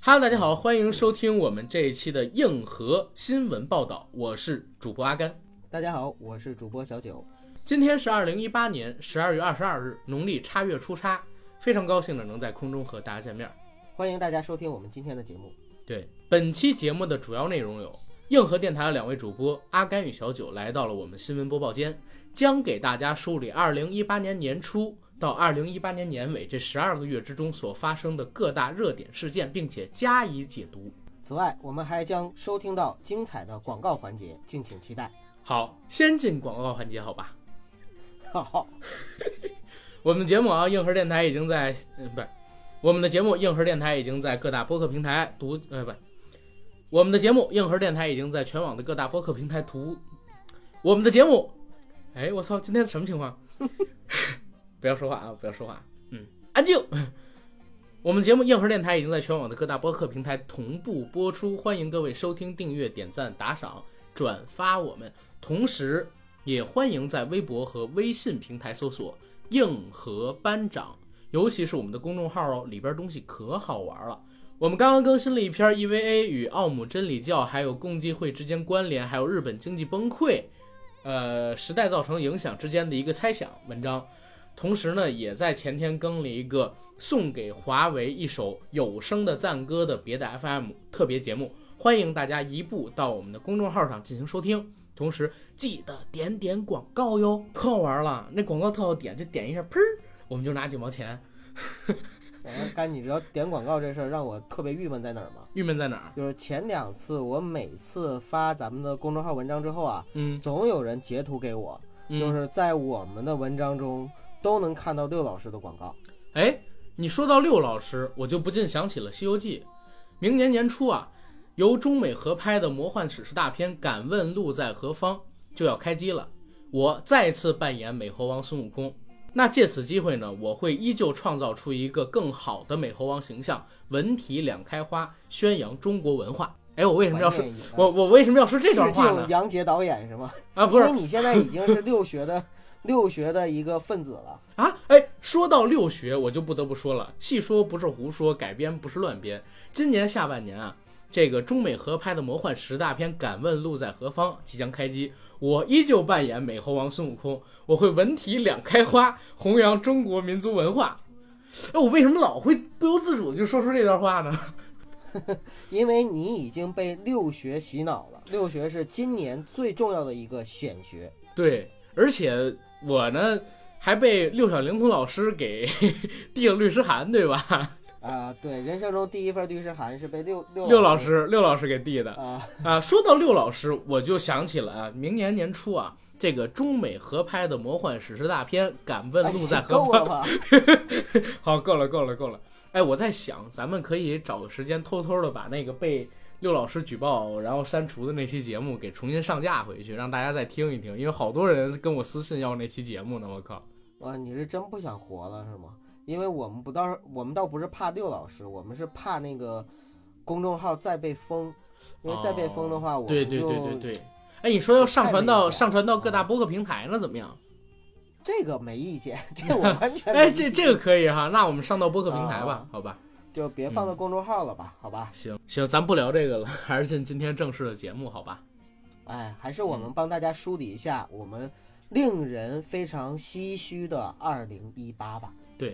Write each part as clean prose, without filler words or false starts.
哈喽，大家好，欢迎收听我们这一期的硬核新闻报道，我是主播阿甘。 大家好，我是主播小九。 今天是2018年12月22日，农历叉月初叉，非常高兴的能在空中和大家见面。 欢迎大家收听我们今天的节目。 对，本期节目的主要内容有：硬核电台的两位主播阿甘与小九来到了我们新闻播报间，将给大家梳理2018年年初到2018年年尾这12个月之中所发生的各大热点事件，并且加以解读。 此外，我们还将收听到精彩的广告环节，敬请期待。 好，先进广告环节，好吧？ 好， 我们的节目啊，硬核电台已经在，我们的节目硬核电台已经在各大播客平台我们的节目硬核电台已经在全网的各大播客平台我们的节目，我操，今天什么情况？不要说话啊！不要说话，安静。我们节目硬核电台已经在全网的各大播客平台同步播出，欢迎各位收听、订阅、点赞、打赏、转发我们。同时，也欢迎在微博和微信平台搜索“硬核班长”，尤其是我们的公众号哦，里边东西可好玩了。我们刚刚更新了一篇 EVA 与奥姆真理教还有共济会之间关联，还有日本经济崩溃，时代造成影响之间的一个猜想文章。同时呢，也在前天更了一个送给华为一首有声的赞歌的别的 FM 特别节目，欢迎大家一步到我们的公众号上进行收听。同时记得点点广告哟，可好玩了，那广告特好点，就点一下，砰，我们就拿9毛钱。 干，你知道点广告这事儿让我特别郁闷在哪儿吗？ 郁闷在哪儿？ 就是前2次我每次发咱们的公众号文章之后啊，总有人截图给我，就是在我们的文章中都能看到六老师的广告。 你说到六老师，我就不禁想起了《西游记》。明年年初啊，由中美合拍的魔幻史诗大片《敢问路在何方》就要开机了，我再次扮演美猴王孙悟空。那借此机会呢，我会依旧创造出一个更好的美猴王形象，文体两开花，宣扬中国文化。我为什么要说我为什么要说这段话呢？ 杨洁导演是吗？ 不是， 因为你现在已经是六学的一个分子了啊！说到六学，我就不得不说了，细说不是胡说，改编不是乱编。今年下半年啊，这个中美合拍的魔幻10大片《敢问路在何方》即将开机，我依旧扮演美猴王孙悟空，我会文体两开花，弘扬中国民族文化。我为什么老会不由自主就说出这段话呢？ 因为你已经被六学洗脑了，六学是今年最重要的一个显学。 对，而且我呢还被六小龄童老师给递了律师函，对吧？ 对，人生中第一份律师函是被六老师给递的说到六老师，我就想起了明年年初啊，这个中美合拍的魔幻史诗大片《敢问路在何方》好，够了。我在想，咱们可以找个时间偷偷的把那个被六老师举报然后删除的那期节目给重新上架回去，让大家再听一听，因为好多人跟我私信要那期节目呢。我靠！ 哇，你是真不想活了是吗？因为我们倒不是怕六老师，我们是怕那个公众号再被封，因为再被封的话，我们就对。你说要上传到各大播客平台呢，怎么样？ 这个没意见，这我完全没意见。 这个可以哈，那我们上到播客平台吧，好吧？ 就别放到公众号了吧，好吧？ 行，咱不聊这个了，还是进今天正式的节目，好吧？ 还是我们帮大家梳理一下我们令人非常唏嘘的2018吧。 对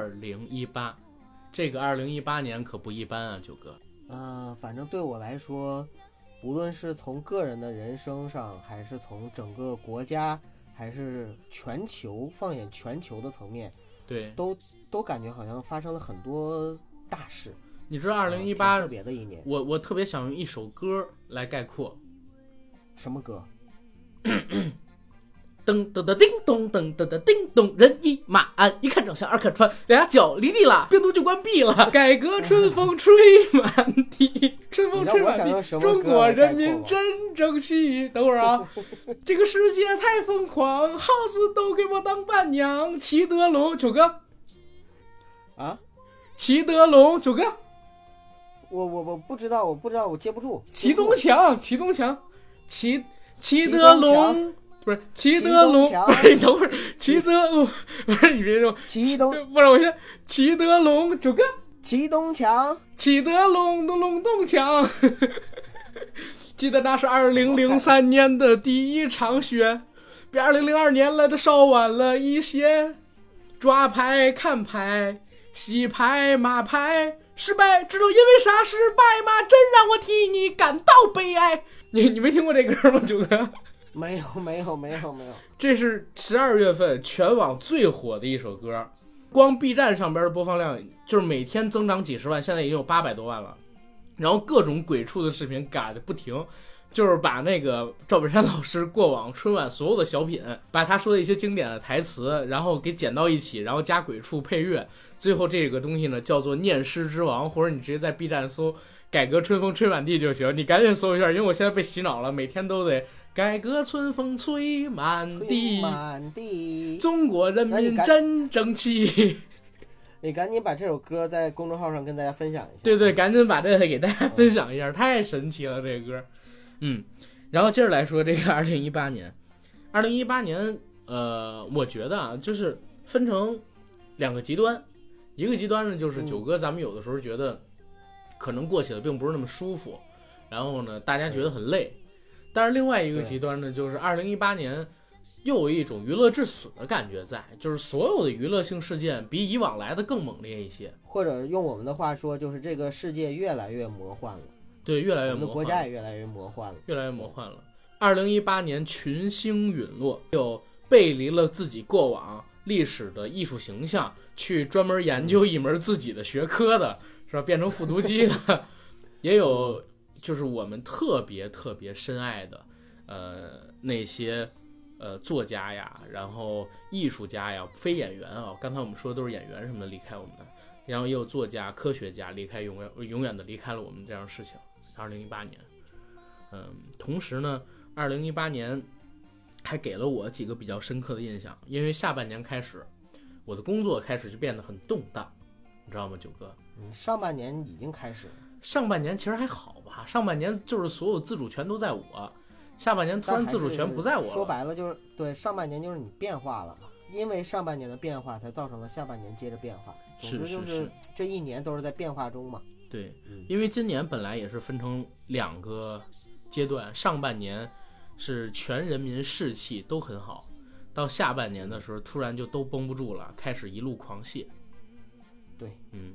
，2018，这个2018年可不一般啊，九哥。 反正对我来说，无论是从个人的人生上，还是从整个国家，还是全球，放眼全球的层面， 对， 都感觉好像发生了很多大事。 你知道2018 特别的一年， 我特别想用一首歌来概括。 什么歌？ 噔噔噔叮咚，噔噔噔叮咚，人一马鞍，一看长相二看穿，俩脚离地了，病毒就关闭了，改革春风吹满地，春风吹满地，中国人民真争气。等会儿啊，这个世界太疯狂，耗子都给我当伴娘，齐德龙，九哥啊， 齐德龙，九哥， 我不知道，我接不住。 齐东强，齐德龙。不是齐德龙，不是你等会儿，齐德龙不是你别说， 齐东不是我先齐德龙，九哥启动枪， 启得隆咚隆咚锵。记得那是2003年的第一场雪，比2002年来的稍晚了一些。抓拍看拍，洗牌马牌，失败知道因为啥失败吗？真让我替你感到悲哀。你没听过这歌吗，九哥？ 没有。 这是12月份全网最火的一首歌，光 B 站上边的播放量就是每天增长几十万，现在已经有800多万了。然后各种鬼畜的视频改的不停，就是把那个赵本山老师过往春晚所有的小品，把他说的一些经典的台词，然后给剪到一起，然后加鬼畜配乐，最后这个东西呢叫做念诗之王，或者你直接在 B 站搜改革春风吹满地就行，你赶紧搜一下，因为我现在被洗脑了，每天都得改革春风吹满地，中国人民真争气。 你赶紧把这首歌在公众号上跟大家分享一下。 对，赶紧把这个给大家分享一下，太神奇了这个歌。然后接着来说这个2018年，我觉得啊，就是分成2个极端，一个极端呢就是九哥，咱们有的时候觉得可能过起来并不是那么舒服，然后呢大家觉得很累，但是另外一个极端呢就是2018年又有一种娱乐至死的感觉在，就是所有的娱乐性事件比以往来的更猛烈一些， 或者用我们的话说就是这个世界越来越魔幻了。 对，越来越魔幻，我们的国家也越来越魔幻了， 2018年群星陨落，有背离了自己过往历史的艺术形象，去专门研究一门自己的学科的，是吧？变成复读机的，也有就是我们特别深爱的那些作家呀，然后艺术家呀，非演员啊，刚才我们说的都是演员什么的离开我们的，然后也有作家科学家离开，永远的离开了我们这样的事情。2018年同时呢2018年还给了我几个比较深刻的印象，因为下半年开始我的工作开始就变得很动荡，你知道吗，九哥？ 上半年已经开始了， 上半年其实还好吧，上半年就是所有自主权都在我，下半年突然自主权不在我了， 说白了就是对，上半年就是你变化了嘛，因为上半年的变化才造成了下半年接着变化，总之就是这一年都是在变化中嘛。 对，因为今年本来也是分成2个阶段，上半年是全人民士气都很好，到下半年的时候突然就都绷不住了，开始一路狂泻。 对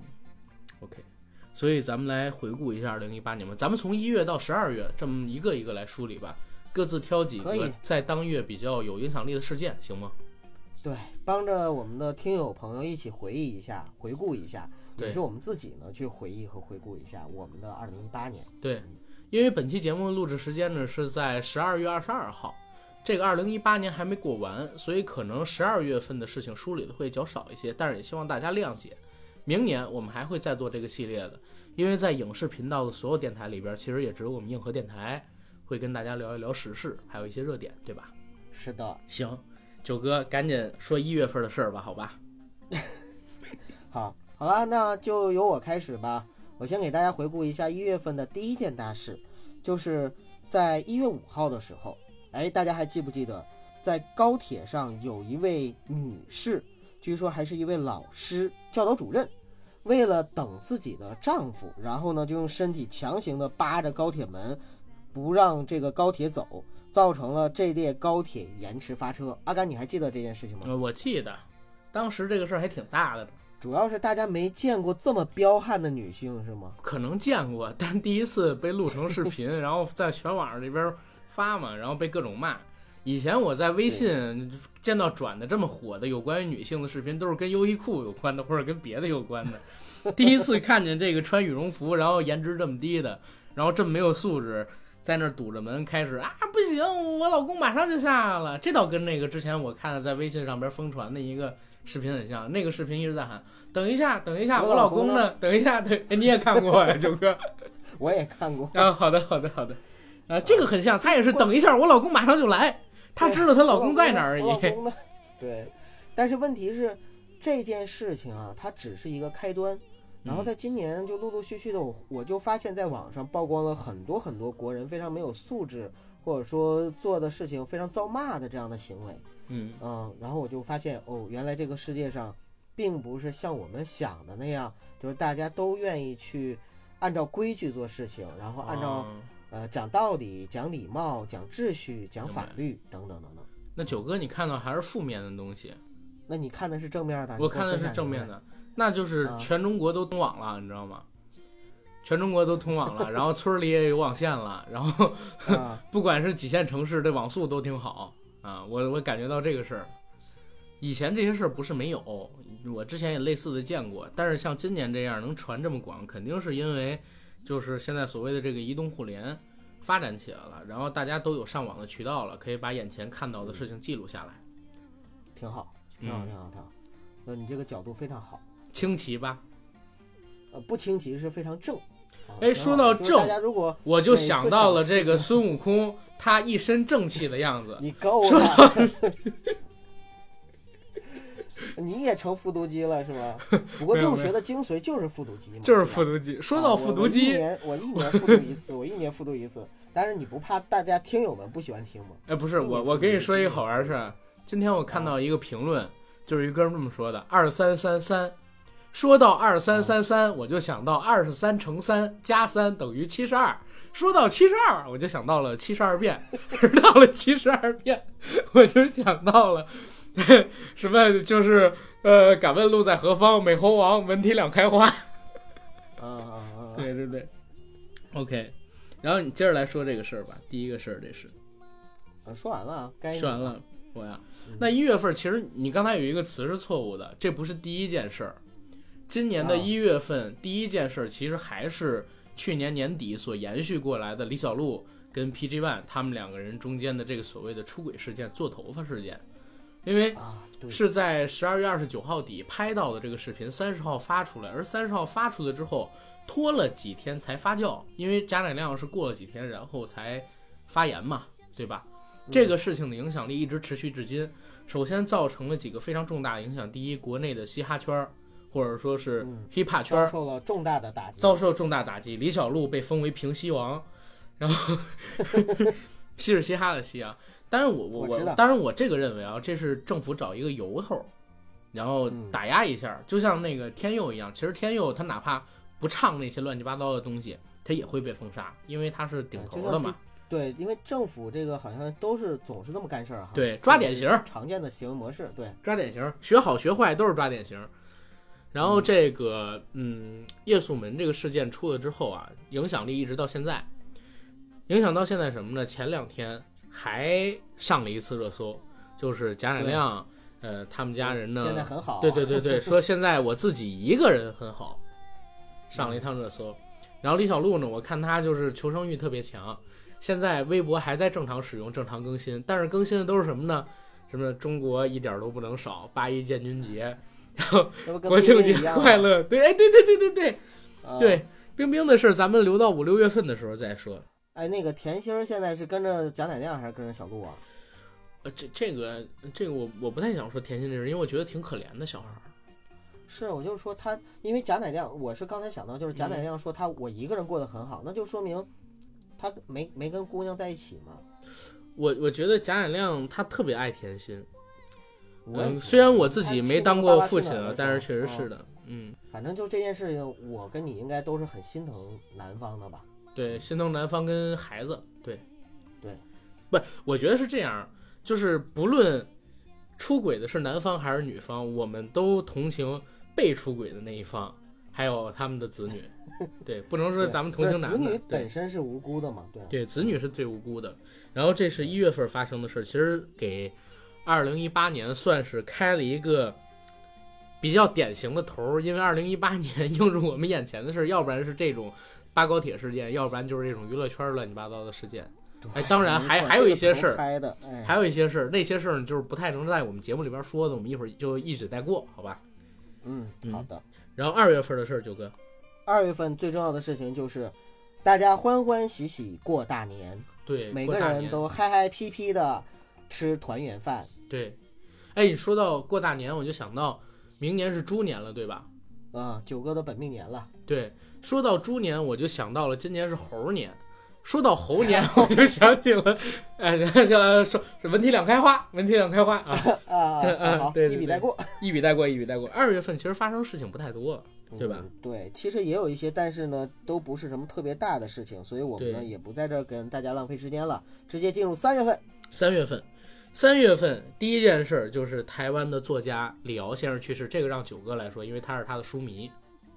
，OK， 所以咱们来回顾一下2018年吧，咱们从1月到12月这么一个一个来梳理吧，各自挑几个在当月比较有影响力的事件，行吗？ 对，帮着我们的听友朋友一起回忆一下，回顾一下，也是我们自己呢去回忆和回顾一下我们的2018年。 对，因为本期节目录制时间呢是在12月22号，这个2018年还没过完，所以可能12月份的事情梳理的会较少一些，但是也希望大家谅解。明年我们还会再做这个系列的，因为在影视频道的所有电台里边，其实也只有我们硬核电台会跟大家聊一聊时事，还有一些热点，对吧？ 是的。 行，九哥赶紧说1月份的事儿吧，好吧？ 好了，那就由我开始吧。我先给大家回顾一下1月份的第一件大事，就是在1月5号的时候，大家还记不记得，在高铁上有一位女士，据说还是一位老师、教导主任，为了等自己的丈夫，然后呢就用身体强行的扒着高铁门，不让这个高铁走，造成了这列高铁延迟发车。阿甘，你还记得这件事情吗？ 我记得，当时这个事儿还挺大的。 主要是大家没见过这么彪悍的女性，是吗？ 可能见过，但第一次被录成视频，然后在全网上这边发嘛，然后被各种骂。以前我在微信见到转的这么火的有关于女性的视频，都是跟优衣库有关的，或者跟别的有关的。第一次看见这个穿羽绒服，然后颜值这么低的，然后这么没有素质，在那堵着门开始不行，我老公马上就下来了。这倒跟那个之前我看的在微信上边疯传的一个视频很像，那个视频一直在喊等一下等一下，我老公呢？等一下，对，你也看过呀，九哥？ 我也看过。 好的这个很像，他也是等一下，我老公马上就来，他知道她老公在哪儿而已。 对，但是问题是这件事情啊，它只是一个开端。然后在今年就陆陆续续的，我就发现在网上曝光了很多国人非常没有素质，或者说做的事情非常遭骂的这样的行为。然后我就发现原来这个世界上并不是像我们想的那样，就是大家都愿意去按照规矩做事情，然后按照讲道理、讲礼貌、讲秩序、讲法律等等等等。 那九哥，你看到还是负面的东西？ 那你看的是正面的？ 我看的是正面的，那就是全中国都通网了，你知道吗？全中国都通网了，然后村里也有网线了，然后不管是几线城市，这网速都挺好啊。我感觉到这个事儿，以前这些事儿不是没有，我之前也类似的见过，但是像今年这样能传这么广，肯定是因为就是现在所谓的这个移动互联发展起来了，然后大家都有上网的渠道了，可以把眼前看到的事情记录下来， 挺好，挺好，挺好，挺好。你这个角度非常好， 清奇吧？ 不清奇是非常正。 哎，说到正， 大家如果我就想到了这个孙悟空，他一身正气的样子。 你够了，你也成复读机了是吧？不过洞穴的精髓就是复读机嘛， 就是复读机。说到复读机， 我一年复读一次，我一年复读一次。但是你不怕大家听友们不喜欢听吗？ 哎，不是，我跟你说一个好玩的事。今天我看到一个评论，就是一哥们这么说的：2333。说到2333，我就想到23乘3加3等于72。说到72，我就想到了72变。到了72变，我就想到了什么，就是敢问路在何方？美猴王，文体两开花。对对对 ，OK。然后你接着来说这个事儿吧。第一个事儿，这是说完了，该说完了。我呀，那1月份其实你刚才有一个词是错误的，这不是第一件事儿。今年的1月份，第一件事其实还是去年年底所延续过来的李小璐跟 PG One 他们两个人中间的这个所谓的出轨事件、做头发事件，因为是在12月29号底拍到的这个视频，30号发出来，而30号发出来之后拖了几天才发酵，因为贾乃亮是过了几天然后才发言嘛，对吧？这个事情的影响力一直持续至今，首先造成了几个非常重大的影响。第一，国内的嘻哈圈或者说是 hiphop 圈遭受了重大的打击，李小璐被封为平西王，然后西是嘻哈的西啊。当然我这个认为啊，这是政府找一个由头，然后打压一下，就像那个天佑一样。其实天佑他哪怕不唱那些乱七八糟的东西，他也会被封杀，因为他是顶头的嘛。 对，因为政府这个好像总是这么干事儿哈。 对，抓典型， 常见的行为模式。对， 抓典型，学好学坏都是抓典型。然后这个夜宿门这个事件出了之后啊，影响力一直到现在，影响到现在什么呢？前2天还上了一次热搜，就是贾乃亮他们家人呢现在很好， 对，说现在我自己一个人很好，上了一趟热搜。然后李小璐呢，我看他就是求生欲特别强，现在微博还在正常使用、正常更新，但是更新的都是什么呢？什么中国一点都不能少，8·1建军节。然后国庆节快乐，对，哎，对，冰冰的事咱们留到5、6月份的时候再说。 哎，那个甜心现在是跟着贾乃亮还是跟着小璐啊？ 这个我不太想说甜心这事，因为我觉得挺可怜的小孩。 是，我就说他，因为贾乃亮，我是刚才想到，就是贾乃亮说我一个人过得很好，那就说明他没跟姑娘在一起嘛。 我觉得贾乃亮他特别爱甜心。虽然我自己没当过父亲啊，但是确实是的。 反正就这件事情，我跟你应该都是很心疼男方的吧？ 对，心疼男方跟孩子。对，不，我觉得是这样，就是不论出轨的是男方还是女方，我们都同情被出轨的那一方，还有他们的子女。对，不能说咱们同情男的。 子女本身是无辜的嘛？ 对，子女是最无辜的。然后这是1月份发生的事，其实给2018年算是开了一个比较典型的头，因为2018年映入我们眼前的事，要不然是这种扒高铁事件，要不然就是这种娱乐圈乱七八糟的事件。哎，当然还有一些事儿，还有一些事儿，那些事儿就是不太能在我们节目里边说的，我们一会儿就一直带过，好吧？ 好的。 然后2月份的事儿，九哥 ，2月份最重要的事情就是大家欢欢喜喜过大年， 对， 每个人都嗨嗨皮皮的吃团圆饭。 对，哎，你说到过大年，我就想到明年是猪年了，对吧？ 九哥的本命年了。 对，说到猪年，我就想到了今年是猴年。 说到猴年，我就想起了，说文体两开花，文体两开花啊对， 一笔带过， 一笔带过。2月份其实发生事情不太多，对吧？ 对，其实也有一些，但是呢，都不是什么特别大的事情，所以我们呢也不在这儿跟大家浪费时间了，直接进入3月份。 3月份第一件事就是台湾的作家李敖先生去世，这个让九哥来说，因为他是他的书迷。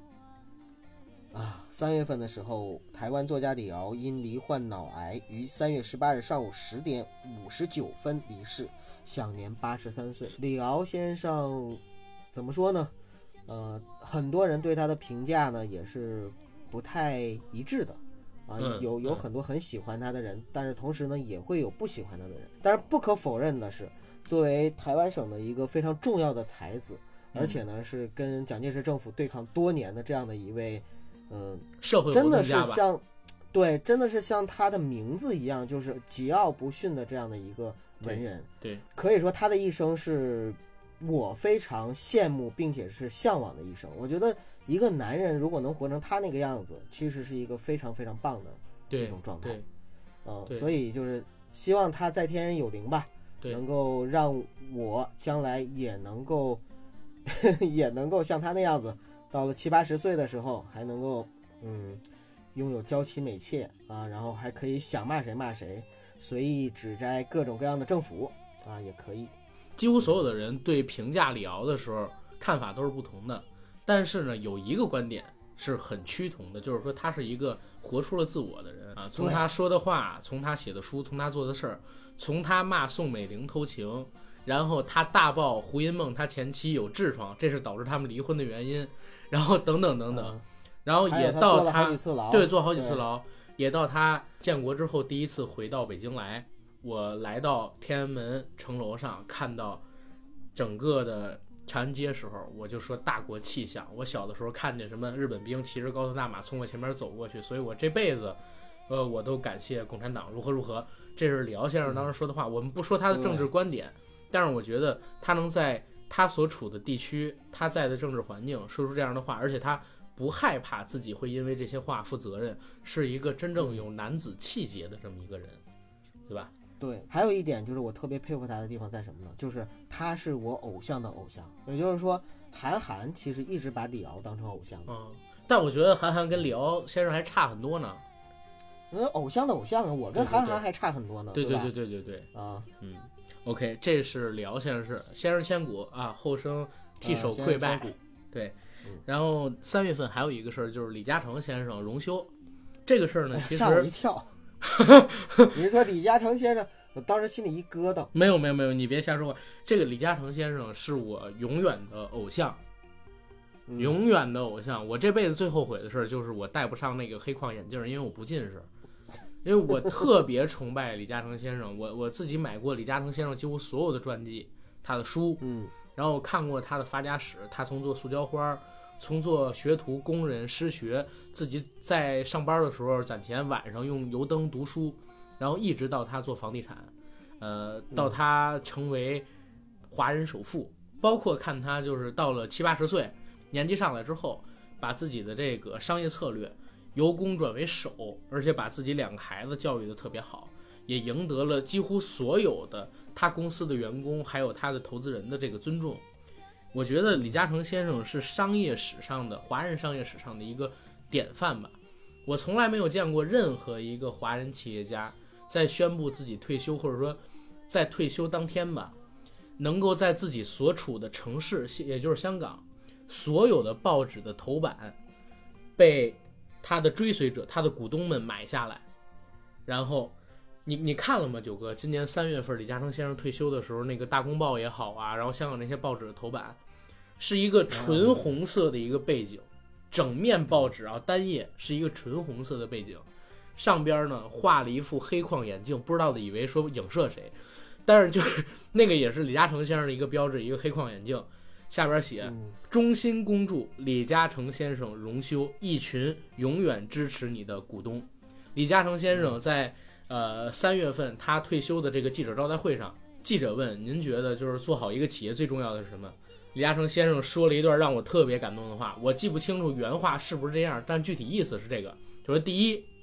3月份的时候，台湾作家李敖因罹患脑癌，于3月18日上午10点59分离世，享年83岁。李敖先生怎么说呢？很多人对他的评价呢也是不太一致的。有很多很喜欢他的人，但是同时呢也会有不喜欢他的人。但是不可否认的是，作为台湾省的一个非常重要的才子，而且呢是跟蒋介石政府对抗多年的这样的一位社会真的是像真的是像他的名字一样，就是桀骜不驯的这样的一个文人。 对， 可以说他的一生是我非常羡慕并且是向往的一生。我觉得一个男人如果能活成他那个样子，其实是一个非常非常棒的一种状态。所以就是希望他在天有灵吧，能够让我将来也能够像他那样子，到了70-80岁的时候还能够拥有娇妻美妾啊，然后还可以想骂谁骂谁，随意指摘各种各样的政府啊，也可以。 几乎所有的人对评价李敖的时候看法都是不同的，但是呢有一个观点是很趋同的，就是说他是一个活出了自我的人啊。从他说的话，从他写的书，从他做的事儿，从他骂宋美龄偷情，然后他大爆胡因梦他前妻有痔疮，这是导致他们离婚的原因，然后等等等等，然后也到他坐好几次牢，也到他建国之后第一次回到北京来。我来到天安门城楼上，看到整个的长安街时候，我就说大国气象。我小的时候看见什么日本兵骑着高头大马从我前面走过去，所以我这辈子我都感谢共产党如何如何。这是李敖先生当时说的话。我们不说他的政治观点，但是我觉得他能在他所处的地区，他在的政治环境说出这样的话，而且他不害怕自己会因为这些话负责任，是一个真正有男子气节的这么一个人，对吧？ 对，还有一点就是我特别佩服他的地方在什么呢？就是他是我偶像的偶像，也就是说韩寒其实一直把李敖当成偶像的。 但我觉得韩寒跟李敖先生还差很多呢。 偶像的偶像啊，我跟韩寒还差很多呢。 对啊 ，OK， 这是李敖先生是先生千古啊，后生替手溃败。对，然后3月份还有一个事儿，就是李嘉诚先生荣休。这个事儿呢，其实吓我一跳。你是说李嘉诚先生？我当时心里一疙瘩。 没有，你别瞎说话。这个李嘉诚先生是我永远的偶像，永远的偶像。我这辈子最后悔的事就是我戴不上那个黑框眼镜，因为我不近视。因为我特别崇拜李嘉诚先生，我自己买过李嘉诚先生几乎所有的传记，他的书，然后看过他的发家史，他从做塑胶花，从做学徒、工人、失学，自己在上班的时候攒钱，晚上用油灯读书，然后一直到他做房地产，到他成为华人首富，包括看他就是到了70-80岁，年纪上来之后，把自己的这个商业策略由攻转为守，而且把自己2个孩子教育得特别好，也赢得了几乎所有的他公司的员工还有他的投资人的这个尊重。我觉得李嘉诚先生是商业史上的华人商业史上的一个典范吧。我从来没有见过任何一个华人企业家在宣布自己退休，或者说在退休当天吧，能够在自己所处的城市，也就是香港，所有的报纸的头版被他的追随者、他的股东们买下来。然后你看了吗，九哥？今年3月份李嘉诚先生退休的时候，那个大公报也好啊，然后香港那些报纸的头版是一个纯红色的一个背景，整面报纸啊单页是一个纯红色的背景，上边呢画了一副黑框眼镜，不知道的以为说影射谁，但是就是那个也是李嘉诚先生的一个标志，一个黑框眼镜，下边写衷心恭祝李嘉诚先生荣休，一群永远支持你的股东。李嘉诚先生在3月份他退休的这个记者招待会上，记者问您觉得就是做好一个企业最重要的是什么？李嘉诚先生说了一段让我特别感动的话，我记不清楚原话是不是这样，但具体意思是这个，就是第一，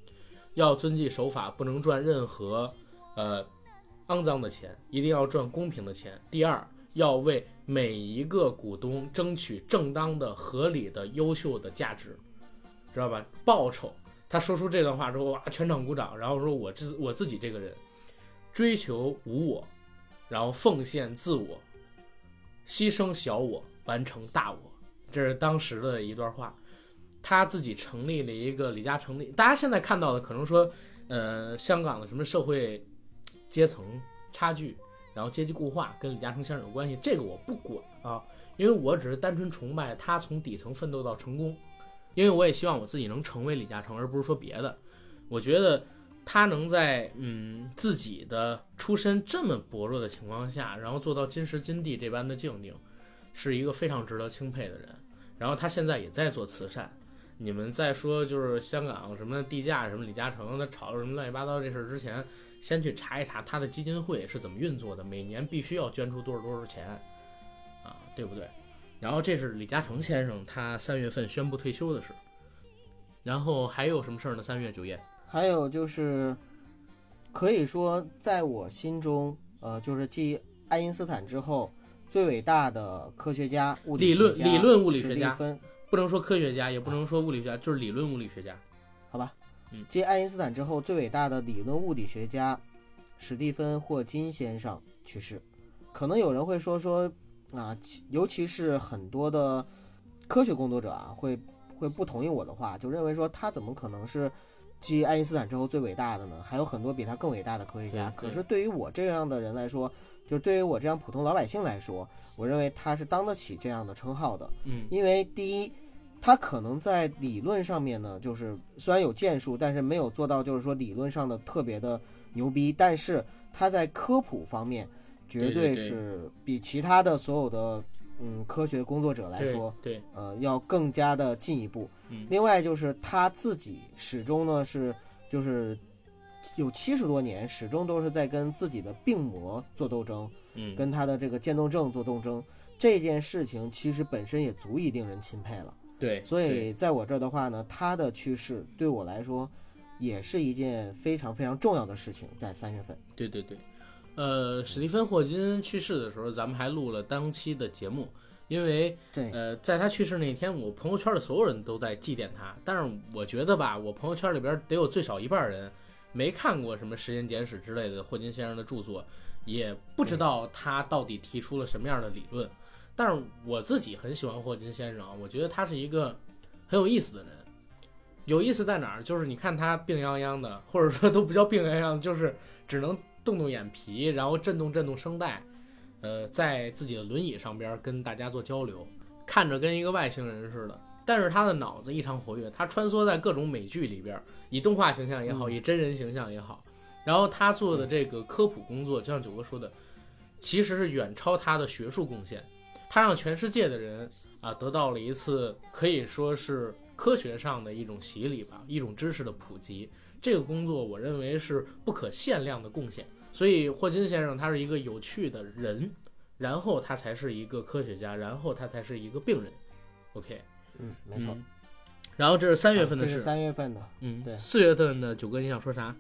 要遵纪守法，不能赚任何肮脏的钱，一定要赚公平的钱。第二，要为每一个股东争取正当的、合理的、优秀的价值，知道吧？报酬。他说出这段话之后，哇，全场鼓掌。然后说我自己这个人，追求无我，然后奉献自我，牺牲小我，完成大我。这是当时的一段话。他自己成立了一个李嘉诚，大家现在看到的可能说，香港的什么社会阶层差距，然后阶级固化跟李嘉诚先生有关系，这个我不管啊，因为我只是单纯崇拜他从底层奋斗到成功，因为我也希望我自己能成为李嘉诚，而不是说别的。我觉得他能在自己的出身这么薄弱的情况下，然后做到今时今地这般的境地，是一个非常值得钦佩的人。然后他现在也在做慈善。你们在说就是香港什么地价什么李嘉诚他炒了什么乱七八糟这事之前，先去查一查他的基金会是怎么运作的，每年必须要捐出多少钱啊，对不对？然后这是李嘉诚先生他3月份宣布退休的事。然后还有什么事儿呢？3月9月还有就是可以说在我心中就是继爱因斯坦之后最伟大的科学家物理学家理论物理学家， 史蒂芬， 不能说科学家，也不能说物理学家，就是理论物理学家， 好吧？继爱因斯坦之后最伟大的理论物理学家史蒂芬·霍金先生去世。可能有人会说啊，尤其是很多的科学工作者啊，会不同意我的话，就认为说他怎么可能是继爱因斯坦之后最伟大的呢？还有很多比他更伟大的科学家。可是对于我这样的人来说，就是对于我这样普通老百姓来说，我认为他是当得起这样的称号的。因为第一，他可能在理论上面呢，就是虽然有建树，但是没有做到就是说理论上的特别的牛逼，但是他在科普方面绝对是比其他的所有的科学工作者来说， 对， 要更加的进一步。另外就是他自己始终呢是就是有70多年始终都是在跟自己的病魔做斗争，跟他的这个渐冻症做斗争，这件事情其实本身也足以令人钦佩了。 对， 所以在我这儿的话呢，他的去世对我来说也是一件非常非常重要的事情，在3月份。 对，史蒂芬·霍金去世的时候，咱们还录了当期的节目，因为在他去世那天，我朋友圈的所有人都在祭奠他，但是我觉得吧，我朋友圈里边得有最少一半人没看过什么《时间简史》之类的霍金先生的著作，也不知道他到底提出了什么样的理论。但是我自己很喜欢霍金先生啊，我觉得他是一个很有意思的人。有意思在哪儿？就是你看他病殃殃的，或者说都不叫病殃殃，就是只能动动眼皮，然后震动声带，在自己的轮椅上边跟大家做交流，看着跟一个外星人似的。但是他的脑子异常活跃，他穿梭在各种美剧里边，以动画形象也好，以真人形象也好，然后他做的这个科普工作，就像九哥说的，其实是远超他的学术贡献。他让全世界的人啊得到了一次可以说是科学上的一种洗礼吧，一种知识的普及。这个工作我认为是不可限量的贡献。所以霍金先生他是一个有趣的人，然后他才是一个科学家，然后他才是一个病人。OK， 没错。 然后这是3月份的事， 这是3月份的。对。 4月份的九哥你想说啥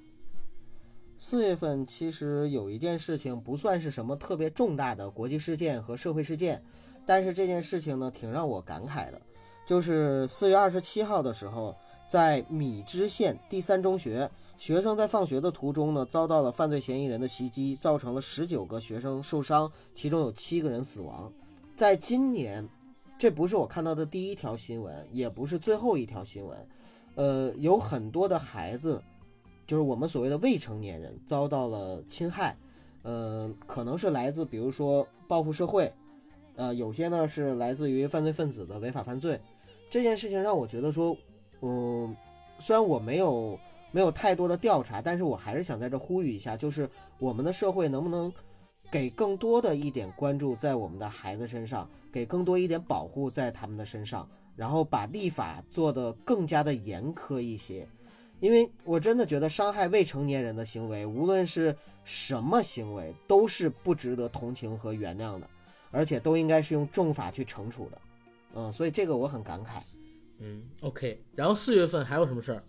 ？4月份其实有一件事情不算是什么特别重大的国际事件和社会事件，但是这件事情呢挺让我感慨的，就是4月27号的时候，在米脂县第3中学，学生在放学的途中呢遭到了犯罪嫌疑人的袭击，造成了19个学生受伤，其中有7个人死亡。在今年，这不是我看到的第一条新闻，也不是最后一条新闻，有很多的孩子，就是我们所谓的未成年人遭到了侵害，可能是来自比如说报复社会，有些呢是来自于犯罪分子的违法犯罪。这件事情让我觉得说，虽然我没有太多的调查，但是我还是想在这呼吁一下，就是我们的社会能不能给更多的一点关注在我们的孩子身上，给更多一点保护在他们的身上，然后把立法做得更加的严苛一些。因为我真的觉得伤害未成年人的行为，无论是什么行为，都是不值得同情和原谅的，而且都应该是用重法去惩处的。所以这个我很感慨。 OK。然后4月份还有什么事儿？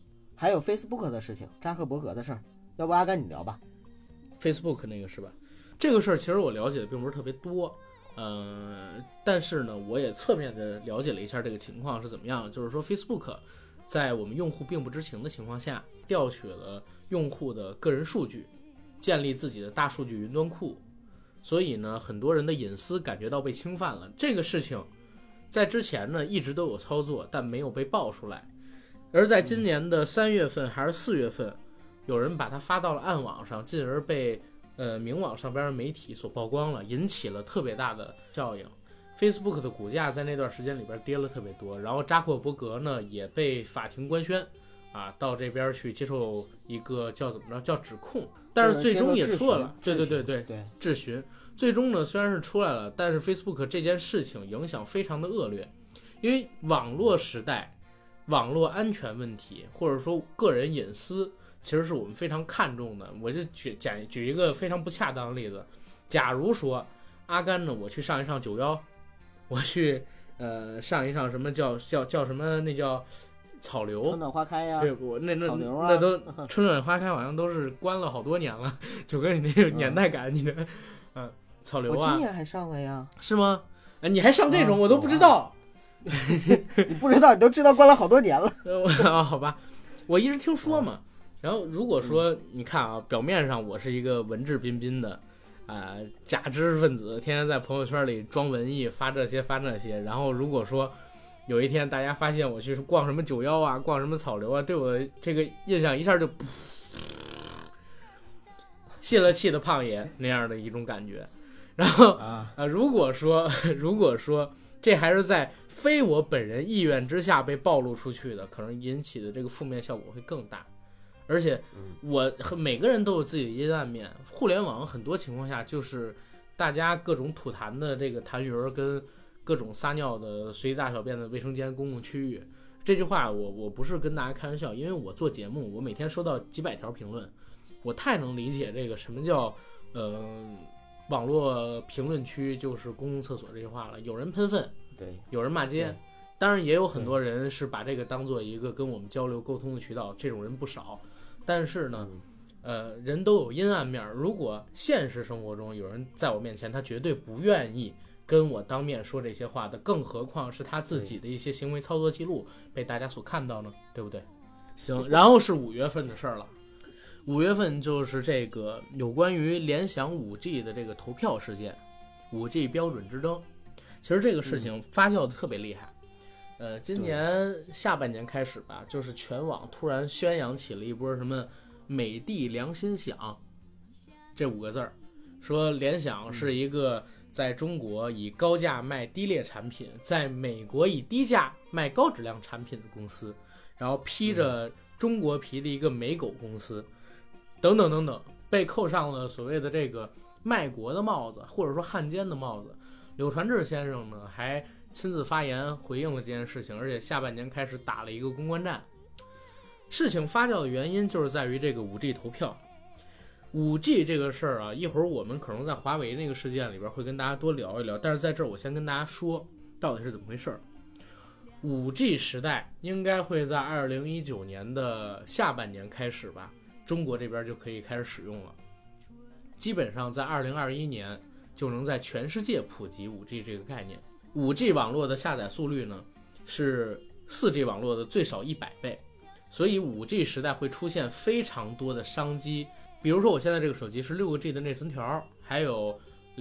还有 Facebook 的事情，扎克伯格的事儿，要不阿甘你聊吧。 Facebook 那个是吧？这个事儿其实我了解的并不是特别多，但是呢，我也侧面的了解了一下这个情况是怎么样，就是说 Facebook 在我们用户并不知情的情况下，调取了用户的个人数据，建立自己的大数据云端库，所以呢，很多人的隐私感觉到被侵犯了。这个事情在之前呢一直都有操作，但没有被爆出来。而在今年的3月份还是4月份，有人把它发到了暗网上，进而被明网上边的媒体所曝光了，引起了特别大的效应。Facebook 的股价在那段时间里边跌了特别多，然后扎克伯格呢也被法庭官宣啊，到这边去接受一个叫怎么着叫指控，但是最终也出来了，对，质询。最终呢虽然是出来了，但是 Facebook 这件事情影响非常的恶劣，因为网络时代，网络安全问题或者说个人隐私，其实是我们非常看重的。我就举一个非常不恰当的例子，假如说阿甘呢，我去上一上91，我去上一上什么叫什么，那叫草榴， 春暖花开呀， 对，我那都春暖花开好像都是关了好多年了，就跟你那个年代感，你的草榴啊， 我今年还上了呀， 是吗？你还上这种，我都不知道。 你不知道，你都知道关了好多年了。 好吧，我一直听说嘛。然后如果说你看啊，表面上我是一个文质彬彬的假知识分子，天天在朋友圈里装文艺，发这些。然后如果说有一天大家发现我去逛什么91啊，逛什么草榴啊，对我的这个印象一下就泄了气的胖爷那样的一种感觉。然后如果说这还是在非我本人意愿之下被暴露出去的，可能引起的这个负面效果会更大。而且每个人都有自己的阴暗面，互联网很多情况下就是大家各种吐痰的这个痰盂跟各种撒尿的随地大小便的卫生间公共区域。这句话我不是跟大家开玩笑，因为我做节目，我每天收到几百条评论，我太能理解这个什么叫网络评论区就是公共厕所这句话了。有人喷粪， 对， 有人骂街，当然也有很多人是把这个当做一个跟我们交流沟通的渠道，这种人不少。但是呢人都有阴暗面，如果现实生活中有人在我面前，他绝对不愿意跟我当面说这些话的，更何况是他自己的一些行为操作记录被大家所看到呢，对不对？行，然后是5月份的事儿了。5月份就是这个有关于联想 5G 的这个投票事件， 5G 标准之争。其实这个事情发酵的特别厉害。今年下半年开始吧，就是全网突然宣扬起了一波什么美的良心想这5个字儿，说联想是一个在中国以高价卖低劣产品，在美国以低价卖高质量产品的公司，然后披着中国皮的一个美狗公司，等等等等，被扣上了所谓的这个卖国的帽子，或者说汉奸的帽子。柳传志先生呢还亲自发言回应了这件事情，而且下半年开始打了一个公关战。事情发酵的原因就是在于这个 5G 投票。5G 这个事儿啊，一会儿我们可能在华为那个事件里边会跟大家多聊一聊，但是在这儿我先跟大家说到底是怎么回事。5G 时代应该会在2019年的下半年开始吧，中国这边就可以开始使用了，基本上在2021年就能在全世界普及 5G 这个概念。5G 网络的下载速率呢是 4G 网络的最少100倍，所以 5G 时代会出现非常多的商机。比如说我现在这个手机是6G 的内存条，还有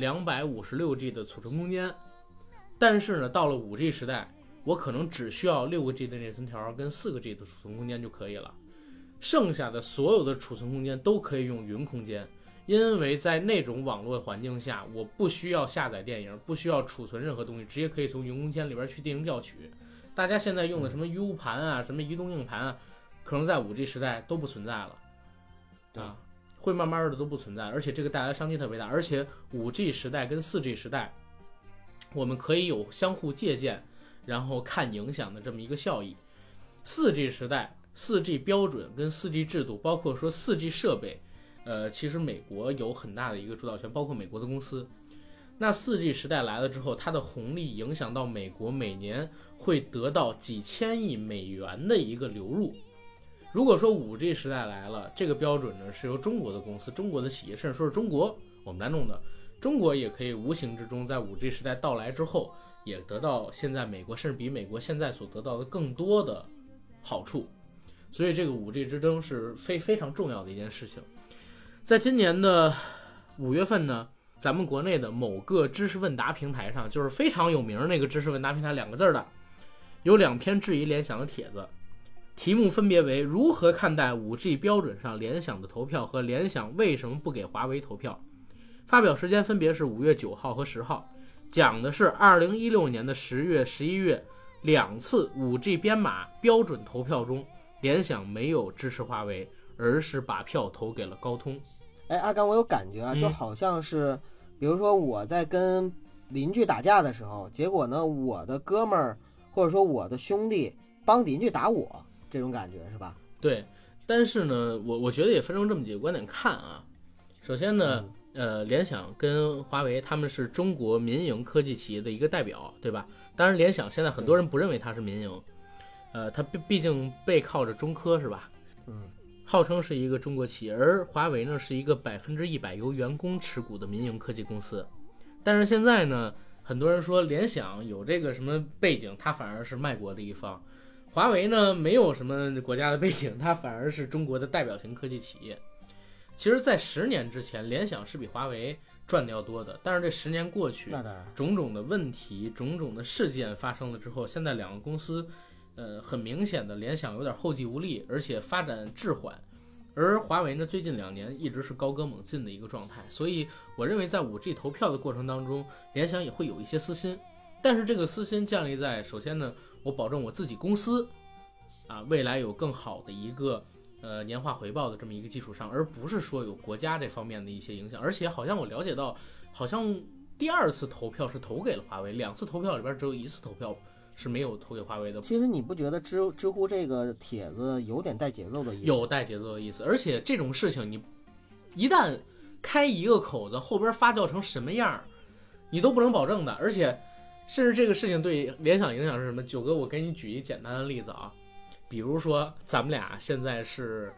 256G 的储存空间，但是呢到了 5G 时代，我可能只需要6G 的内存条跟4G 的储存空间就可以了，剩下的所有的储存空间都可以用云空间。因为在那种网络环境下，我不需要下载电影，不需要储存任何东西，直接可以从云空间里边去进行调取。大家现在用的什么 U 盘啊，什么移动硬盘啊，可能在 5G 时代都不存在了啊，会慢慢的都不存在，而且这个带来的商机特别大。而且 5G 时代跟 4G 时代我们可以有相互借鉴然后看影响的这么一个效益。 4G 时代 4G 标准跟 4G 制度，包括说 4G 设备，其实美国有很大的一个主导权，包括美国的公司。那 4G 时代来了之后，它的红利影响到美国每年会得到几千亿美元的一个流入。 如果说 5G 时代来了，这个标准呢是由中国的公司、中国的企业，甚至说是中国我们来弄的，中国也可以无形之中在 5G 时代到来之后，也得到现在美国甚至比美国现在所得到的更多的好处。所以这个 5G 之争是非常重要的一件事情。在今年的5月份呢，咱们国内的某个知识问答平台上，就是非常有名的那个知识问答平台2个字的，有2篇质疑联想的帖子，题目分别为如何看待 5G 标准上联想的投票和联想为什么不给华为投票。发表时间分别是5月9号和10号，讲的是2016年的10月、11月2次 5G 编码标准投票中，联想没有支持华为，而是把票投给了高通。 阿刚，我有感觉啊，就好像是，比如说我在跟邻居打架的时候，结果呢，我的哥们儿或者说我的兄弟帮邻居打我，这种感觉是吧？ 对，但是呢，我觉得也分成这么几个观点看啊。首先呢，联想跟华为他们是中国民营科技企业的一个代表，对吧？当然，联想现在很多人不认为它是民营，它毕竟背靠着中科，是吧？号称是一个中国企业，而华为呢是一个100%由员工持股的民营科技公司。但是现在呢，很多人说联想有这个什么背景，它反而是卖国的一方；华为呢没有什么国家的背景，它反而是中国的代表型科技企业。其实，在10年之前，联想是比华为赚的要多的。但是这10年过去，种种的问题、种种的事件发生了之后，现在2个公司，很明显的联想有点后继无力，而且发展滞缓。而华为呢，最近2年一直是高歌猛进的一个状态。所以，我认为在 5G 投票的过程当中，联想也会有一些私心。但是这个私心建立在，首先呢，我保证我自己公司未来有更好的一个年化回报的这么一个基础上，而不是说有国家这方面的一些影响。而且好像我了解到，好像第2次投票是投给了华为，2次投票里边只有1次投票是没有投给华为的。 其实你不觉得知乎这个帖子有点带节奏的意思？ 有带节奏的意思，而且这种事情你一旦开一个口子，后边发酵成什么样你都不能保证的。而且甚至这个事情对联想影响是什么？九哥，我给你举一简单的例子啊。比如说咱们俩现在是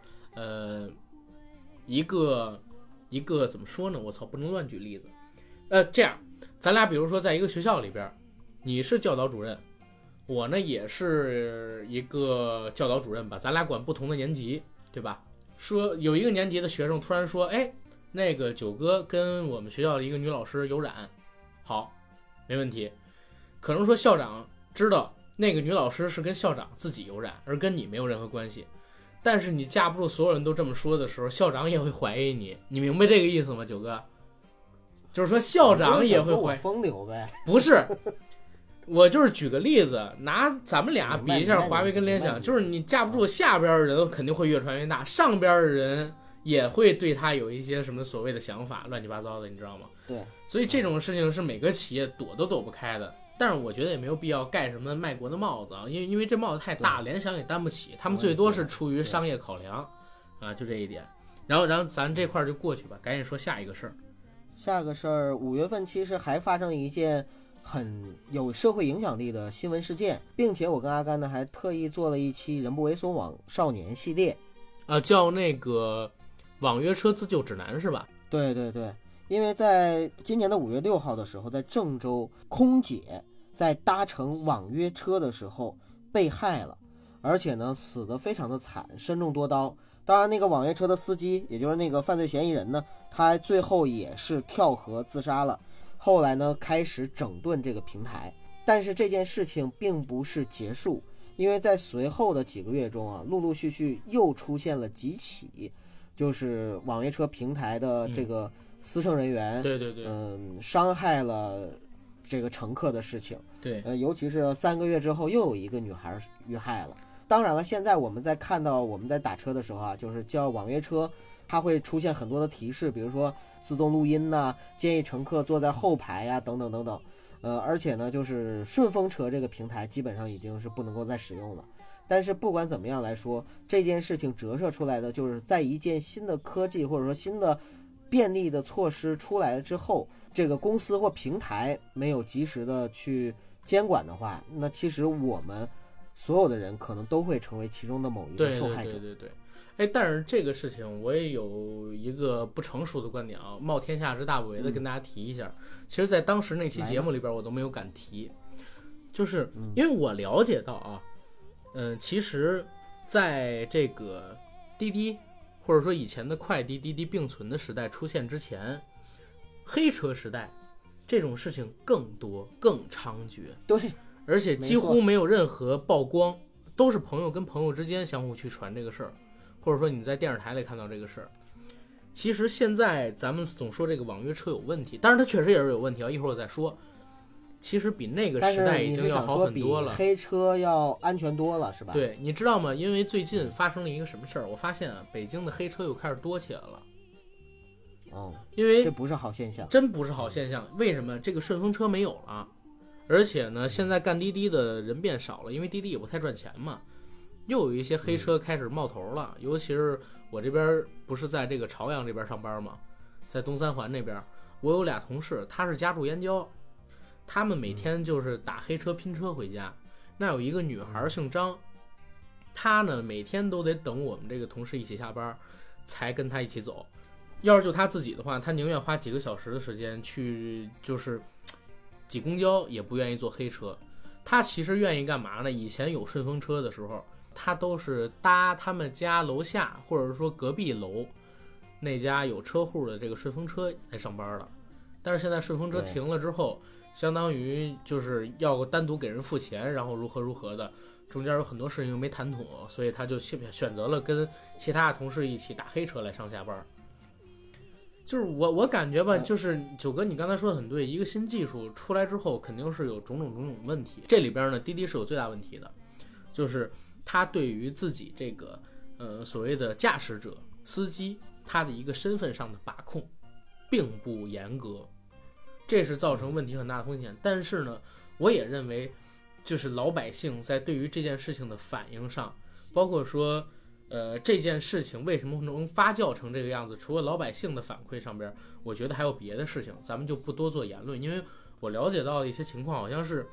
一个怎么说呢，我操，不能乱举例子。这样咱俩比如说在一个学校里边，你是教导主任，我呢也是一个教导主任吧，咱俩管不同的年级，对吧？说有一个年级的学生突然说，那个九哥跟我们学校的一个女老师有染，好，没问题。可能说校长知道那个女老师是跟校长自己有染，而跟你没有任何关系。但是你架不住所有人都这么说的时候，校长也会怀疑你，你明白这个意思吗，九哥？就是说校长也会怀疑。 风流呗？ 不是，我就是举个例子，拿咱们俩比一下华为跟联想，就是你架不住下边的人肯定会越传越大，上边的人也会对他有一些什么所谓的想法，乱七八糟的，你知道吗？ 对， 所以这种事情是每个企业躲都躲不开的。但是我觉得也没有必要盖什么卖国的帽子啊，因为这帽子太大，联想也担不起，他们最多是出于商业考量就这一点。然后咱这块就过去吧，赶紧说下一个事儿。 下个事儿，5月份其实还发生一件很有社会影响力的新闻事件，并且我跟阿甘呢还特意做了一期人不为所往少年系列， 叫那个网约车自救指南是吧？ 对对对。因为在今年的5月6号的时候，在郑州，空姐在搭乘网约车的时候被害了，而且呢死得非常的惨，身中多刀。当然那个网约车的司机，也就是那个犯罪嫌疑人呢，他最后也是跳河自杀了。后来呢开始整顿这个平台，但是这件事情并不是结束，因为在随后的几个月中陆陆续续又出现了几起就是网约车平台的这个司乘人员对对对， 伤害了这个乘客的事情。 对， 尤其是3个月之后又有一个女孩遇害了。当然了，现在我们在看到我们在打车的时候就是叫网约车，它会出现很多的提示，比如说自动录音建议乘客坐在后排等等等等。而且呢，就是顺风车这个平台基本上已经是不能够再使用了。但是不管怎么样来说，这件事情折射出来的就是在一件新的科技或者说新的便利的措施出来了之后，这个公司或平台没有及时的去监管的话，那其实我们所有的人可能都会成为其中的某一个受害者。 对。哎，但是这个事情我也有一个不成熟的观点啊，冒天下之大不韪的跟大家提一下。其实在当时那期节目里边我都没有敢提，就是因为我了解到啊，其实在这个滴滴或者说以前的快滴滴滴并存的时代出现之前，黑车时代这种事情更多更猖獗， 对， 而且几乎没有任何曝光，都是朋友跟朋友之间相互去传这个事儿，或者说你在电视台里看到这个事儿。其实现在咱们总说这个网约车有问题，当然它确实也是有问题啊，一会儿我再说。其实比那个时代已经要好很多了， 比黑车要安全多了，是吧？ 对，你知道吗？因为最近发生了一个什么事儿，我发现啊，北京的黑车又开始多起来了。因为这不是好现象， 真不是好现象。为什么？这个顺风车没有了，而且呢，现在干滴滴的人变少了，因为滴滴也不太赚钱嘛。又有一些黑车开始冒头了，尤其是我这边不是在这个朝阳这边上班嘛，在东三环那边，我有俩同事，他是家住燕郊，他们每天就是打黑车拼车回家。那有一个女孩姓张，她呢每天都得等我们这个同事一起下班才跟她一起走。要是就他自己的话，他宁愿花几个小时的时间去就是挤公交，也不愿意坐黑车。他其实愿意干嘛呢？以前有顺风车的时候，他都是搭他们家楼下或者说隔壁楼那家有车户的这个顺风车来上班了。但是现在顺风车停了之后，相当于就是要单独给人付钱，然后如何的，中间有很多事情又没谈妥，所以他就选择了跟其他同事一起打黑车来上下班。就是我感觉吧，就是九哥你刚才说的很对，一个新技术出来之后肯定是有种种问题。这里边呢，滴滴是有最大问题的，就是他对于自己这个所谓的驾驶者司机他的一个身份上的把控并不严格，这是造成问题很大的风险。但是呢，我也认为就是老百姓在对于这件事情的反应上，包括说这件事情为什么能发酵成这个样子，除了老百姓的反馈上边，我觉得还有别的事情，咱们就不多做言论。因为我了解到的一些情况好像是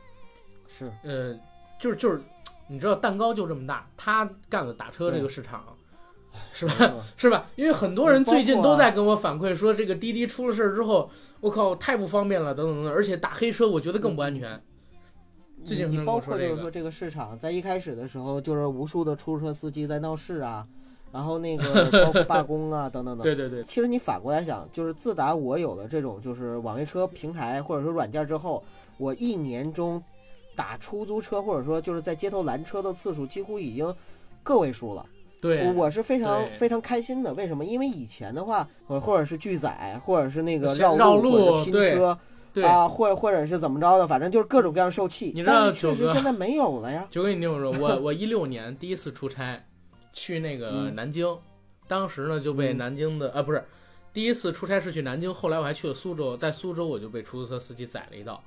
就是你知道蛋糕就这么大，他干了打车这个市场，是吧？是吧？因为很多人最近都在跟我反馈说，这个滴滴出了事之后，我靠，太不方便了，等等，而且打黑车我觉得更不安全。最近你包括就是说这个市场在一开始的时候，就是无数的出租车司机在闹事啊，然后那个包括罢工啊等等等。 对。 其实你反过来想，就是自打我有了这种就是网约车平台或者说软件之后，我一年中打出租车或者说就是在街头拦车的次数几乎已经个位数了。 对， 我是非常开心的。为什么？因为以前的话，或者是拒载，或者是那个绕路，或者拼车。 对啊，或者是怎么着的，反正就是各种各样受气。 你知道， 确实现在没有了呀。 九哥，你听我说，我16年第一次出差去那个南京，当时呢就被南京的不是第一次出差是去南京，后来我还去了苏州，在苏州我就被出租车司机宰了一道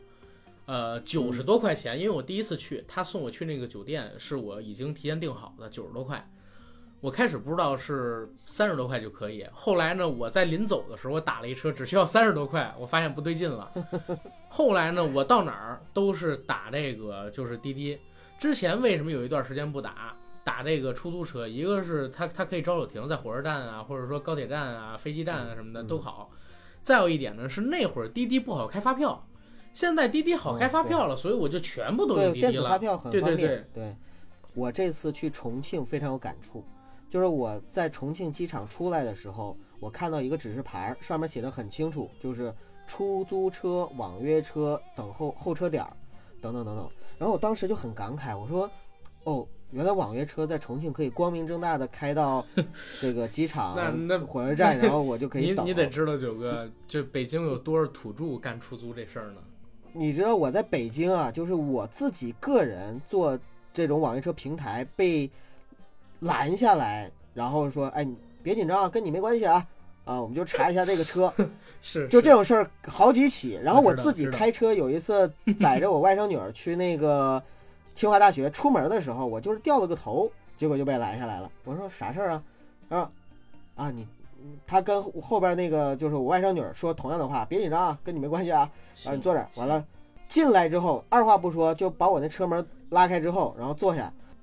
，90多块钱，因为我第一次去，他送我去那个酒店是我已经提前订好的，90多块。我开始不知道是30多块就可以，后来呢，我在临走的时候我打了一车，只需要30多块，我发现不对劲了。后来呢，我到哪儿都是打这个就是滴滴。之前为什么有一段时间不打这个出租车？一个是它可以招手停在火车站啊，或者说高铁站啊、飞机站啊什么的都好。再有一点呢，是那会儿滴滴不好开发票，现在滴滴好开发票了，所以我就全部都用滴滴了。 电子发票很方便。 对， 我这次去重庆非常有感触。就是我在重庆机场出来的时候，我看到一个指示牌，上面写的很清楚，就是出租车、网约车等候车点等等等等。然后我当时就很感慨，我说：“哦，原来网约车在重庆可以光明正大的开到这个机场、火车站，然后我就可以等。” 你得知道，九哥，就北京有多少土著干出租这事儿呢？ 你知道我在北京啊，就是我自己个人做这种网约车平台被拦下来，然后说：“哎，你别紧张啊，跟你没关系啊，我们就查一下这个车。” 是， 就这种事儿好几起。然后我自己开车，有一次载着我外甥女儿去那个清华大学，出门的时候我就是掉了个头，结果就被拦下来了。我说啥事儿啊？他说：“啊，他跟后边那个就是我外甥女儿说同样的话，别紧张啊，跟你没关系啊，你坐这儿。”完了进来之后，二话不说就把我那车门拉开之后，然后坐下。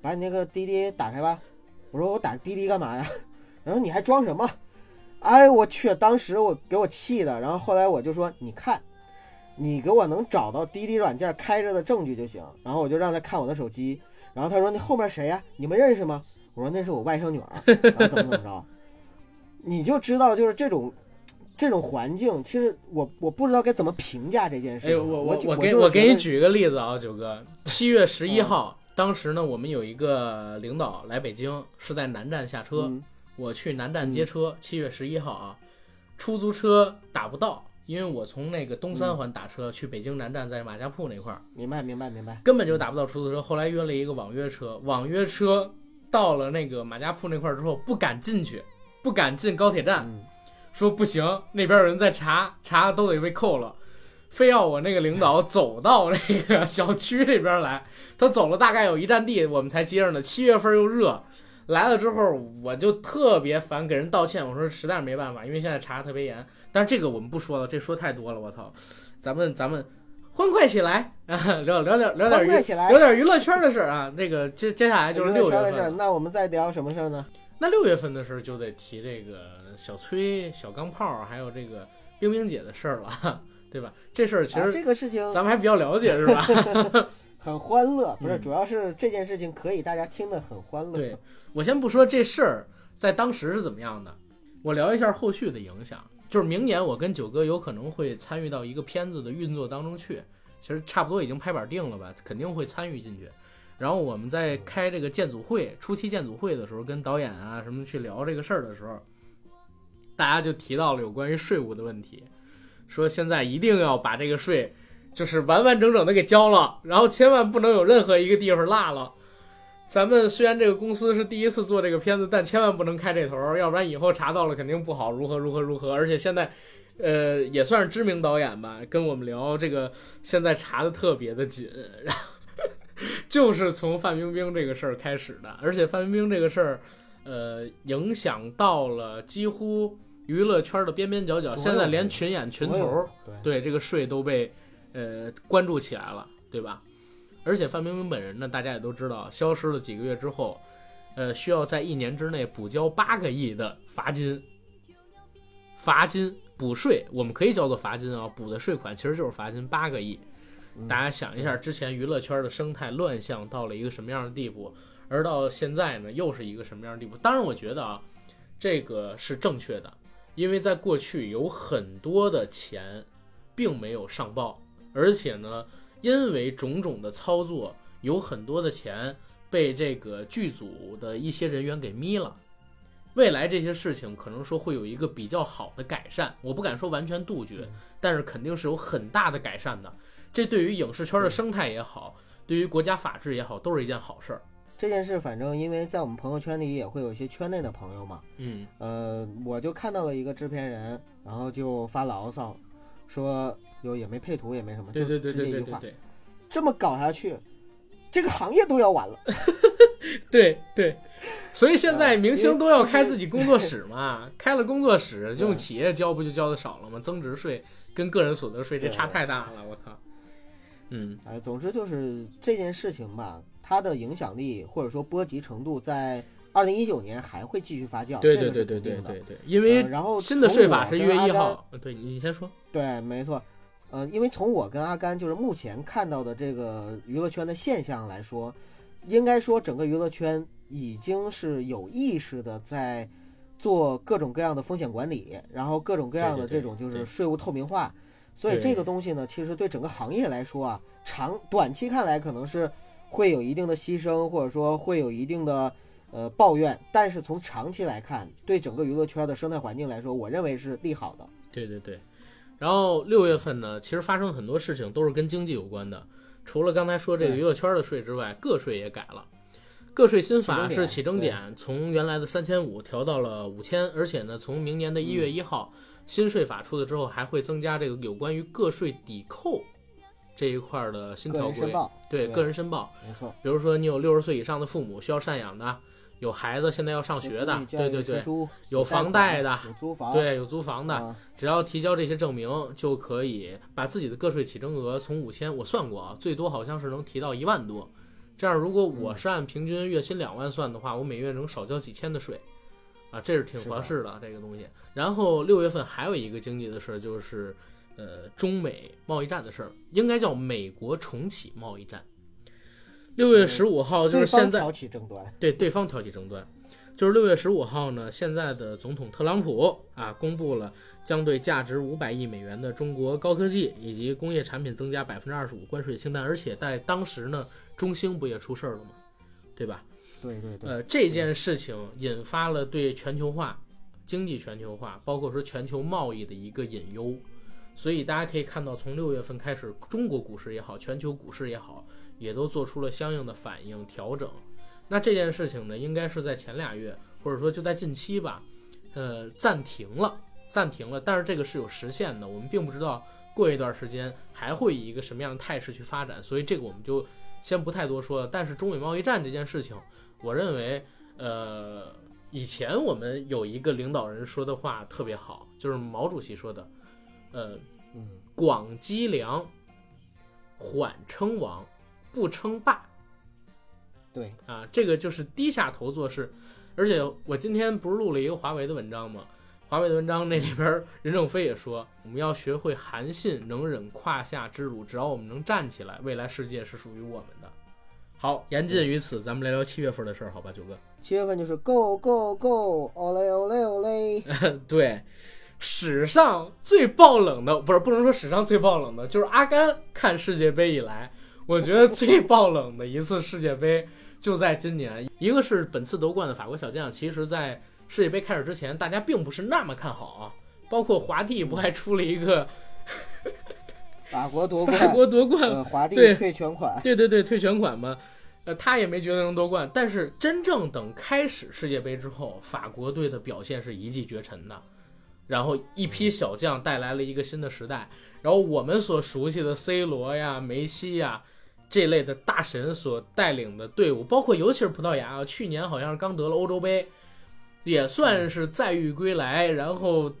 把你那个滴滴打开吧。我说我打滴滴干嘛呀？然后你还装什么？哎我去，当时给我气的。然后后来我就说，你看，你给我能找到滴滴软件开着的证据就行。然后我就让他看我的手机，然后他说那后面谁呀？你们认识吗？我说那是我外甥女儿。然后怎么着？你就知道就是这种环境，其实我不知道该怎么评价这件事情。 我给你举个例子啊，九哥，7月11号，当时呢，我们有一个领导来北京，是在南站下车，我去南站接车。7月11号啊，出租车打不到，因为我从那个东三环打车去北京南站，在马家铺那块儿。 明白， 根本就打不到出租车。后来约了一个网约车，到了那个马家铺那块儿之后，不敢进去，不敢进高铁站。说不行，那边有人在查都得被扣了，非要我那个领导走到那个小区这边来。他走了大概有一站地，我们才接着呢。7月份又热，来了之后我就特别烦，给人道歉，我说实在是没办法，因为现在查特别严。但是这个我们不说了，这说太多了，我操！咱们欢快起来啊，聊点娱乐圈的事啊。这个接下来就是6月份的事。 那我们再聊什么事呢？ 那6月份的事就得提这个小崔、小钢炮，还有这个冰冰姐的事儿了，对吧？这事儿其实这个事情咱们还比较了解，是吧？ 很欢乐，不是，主要是这件事情可以大家听得很欢乐。 对，我先不说这事儿在当时是怎么样的，我聊一下后续的影响。就是明年我跟九哥有可能会参与到一个片子的运作当中去，其实差不多已经拍板定了吧，肯定会参与进去。然后我们在开这个初期建组会的时候，跟导演啊什么去聊这个事儿的时候，大家就提到了有关于税务的问题，说现在一定要把这个税就是完完整整的给交了，然后千万不能有任何一个地方落了。咱们虽然这个公司是第一次做这个片子，但千万不能开这头，要不然以后查到了肯定不好，如何。而且现在也算是知名导演吧，跟我们聊这个现在查的特别的紧，然后就是从范冰冰这个事儿开始的。而且范冰冰这个事儿影响到了几乎娱乐圈的边边角角，现在连群演群头对这个税都被关注起来了，对吧？而且范冰冰本人呢，大家也都知道，消失了几个月之后需要在1年之内补交8个亿的罚金补税，我们可以叫做罚金啊，补的税款其实就是罚金8个亿。大家想一下，之前娱乐圈的生态乱象到了一个什么样的地步，而到现在呢又是一个什么样的地步。当然我觉得啊，这个是正确的，因为在过去有很多的钱并没有上报，而且呢因为种种的操作，有很多的钱被这个剧组的一些人员给眯了。未来这些事情可能说会有一个比较好的改善，我不敢说完全杜绝，但是肯定是有很大的改善的。这对于影视圈的生态也好，对于国家法治也好，都是一件好事儿。 这件事反正因为在我们朋友圈里也会有一些圈内的朋友嘛，我就看到了一个制片人，然后就发牢骚说也没配图也没什么， 对， 就直接一句话，这么搞下去这个行业都要完了。 对，所以现在明星都要开自己工作室嘛，开了工作室用企业交不就交的少了吗？增值税跟个人所得税这差太大了，我靠。 总之就是这件事情吧，它的影响力或者说波及程度在2019年还会继续发酵。 对，因为然后新的税法是1月1号。对，你先说。 对，没错。因为从我跟阿甘就是目前看到的这个娱乐圈的现象来说，应该说整个娱乐圈已经是有意识的在做各种各样的风险管理，然后各种各样的这种就是税务透明化。所以这个东西呢，其实对整个行业来说啊，短期看来可能是会有一定的牺牲，或者说会有一定的抱怨，但是从长期来看，对整个娱乐圈的生态环境来说，我认为是利好的。 对。然后6月份呢，其实发生很多事情都是跟经济有关的，除了刚才说这个娱乐圈的税之外，个税也改了。个税新法是起征点从原来的3500调到了5000，而且呢，从明年的1月1号。新税法出了之后，还会增加这个有关于个税抵扣这一块的新条规。对，个人申报， 没错。 比如说你有60岁以上的父母需要赡养的，有孩子现在要上学的，对，有房贷的， 有租房， 对，有租房的，只要提交这些证明，就可以把自己的个税起征额从5000，我算过啊，最多好像是能提到1万多。 这样如果我是按平均月薪2万算的话，我每月能少交几千的税啊，这是挺合适的这个东西。然后6月份还有一个经济的事，就是中美贸易战的事儿，应该叫美国重启贸易战。6月15号就是现在对方挑起争端， 对方挑起争端，就是6月15号呢，现在的总统特朗普啊公布了将对价值500亿美元的中国高科技以及工业产品增加25%关税清单，而且在当时呢，中兴不也出事了吗？对吧？ 对， 这件事情引发了对全球化、经济全球化，包括说全球贸易的一个隐忧。所以大家可以看到，从6月份开始，中国股市也好，全球股市也好，也都做出了相应的反应调整。那这件事情呢，应该是在前2月，或者说就在近期吧，暂停了。但是这个是有时限的，我们并不知道过一段时间还会以一个什么样的态势去发展，所以这个我们就先不太多说了。但是中美贸易战这件事情，我认为，以前我们有一个领导人说的话特别好，就是毛主席说的，广积粮，缓称王，不称霸。 对啊，这个就是低下头做事。而且我今天不是录了一个华为的文章吗？华为的文章那里边任正非也说，我们要学会含信，能忍胯下之辱，只要我们能站起来，未来世界是属于我们的。好，言尽于此，咱们聊聊7月份的事儿，好吧，九哥。 7月份就是 go go go， ole ole ole。 对，史上最爆冷的，不能说史上最爆冷的，就是阿甘看世界杯以来，我觉得最爆冷的一次世界杯就在今年。一个是本次夺冠的法国小将，其实在世界杯开始之前，大家并不是那么看好啊。包括华帝不还出了一个法国夺冠，华帝退全款， 对，退全款嘛。他也没觉得能夺冠，但是真正等开始世界杯之后，法国队的表现是一骑绝尘的。然后一批小将带来了一个新的时代，然后我们所熟悉的 C 罗呀、梅西呀这类的大神所带领的队伍，包括尤其是葡萄牙啊，去年好像是刚得了欧洲杯，也算是载誉归来。然后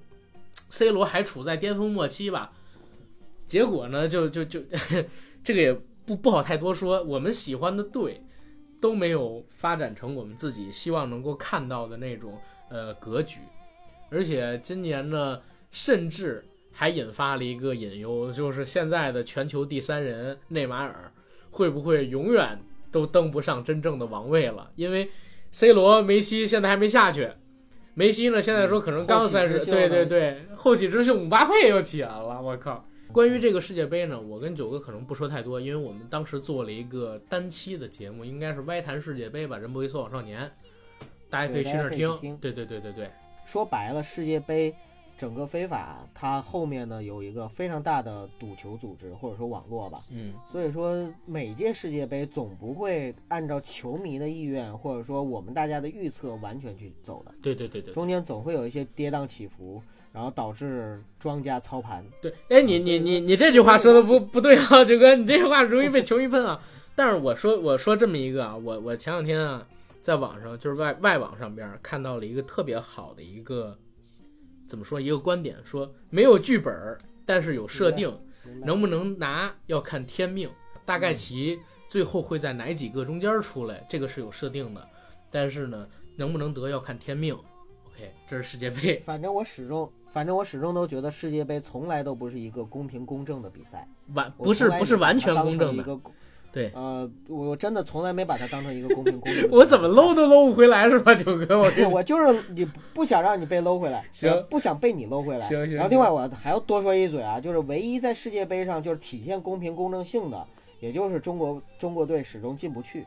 C 罗还处在巅峰末期吧，结果呢就这个也不好太多说，我们喜欢的队都没有发展成我们自己希望能够看到的那种格局。而且今年呢，甚至还引发了一个隐忧，就是现在的全球第3人内马尔会不会永远都登不上真正的王位了？因为 C 罗、梅西现在还没下去，梅西呢现在说可能刚30，对，后起之秀姆巴佩又起来了，我靠！关于这个世界杯呢，我跟九哥可能不说太多，因为我们当时做了一个单期的节目，应该是歪谈世界杯吧，人不为所往少年，大家可以去那儿听。对。 说白了，世界杯整个非法，它后面呢有一个非常大的赌球组织或者说网络吧，所以说每届世界杯总不会按照球迷的意愿或者说我们大家的预测完全去走的， 对， 中间总会有一些跌宕起伏，然后导致庄家操盘。 对，哎，你这句话说的不对啊，九哥，你这句话容易被球迷喷啊。但是我说这么一个啊，我前2天啊，在网上就是外网上边看到了一个特别好的一个怎么说一个观点，说没有剧本，但是有设定，能不能拿要看天命，大概其最后会在哪几个中间出来，这个是有设定的，但是呢，能不能得要看天命。OK， 这是世界杯。 反正我始终都觉得世界杯从来都不是一个公平公正的比赛， 不是完全公正的。对， 我真的从来没把它当成一个公平公正的。 我怎么搂都搂不回来是吧，九哥？ 我就是你不想让你被搂回来， 行， 不想被你搂回来。 行。 然后另外我还要多说一嘴啊，就是唯一在世界杯上就是体现公平公正性的，也就是中国队始终进不去。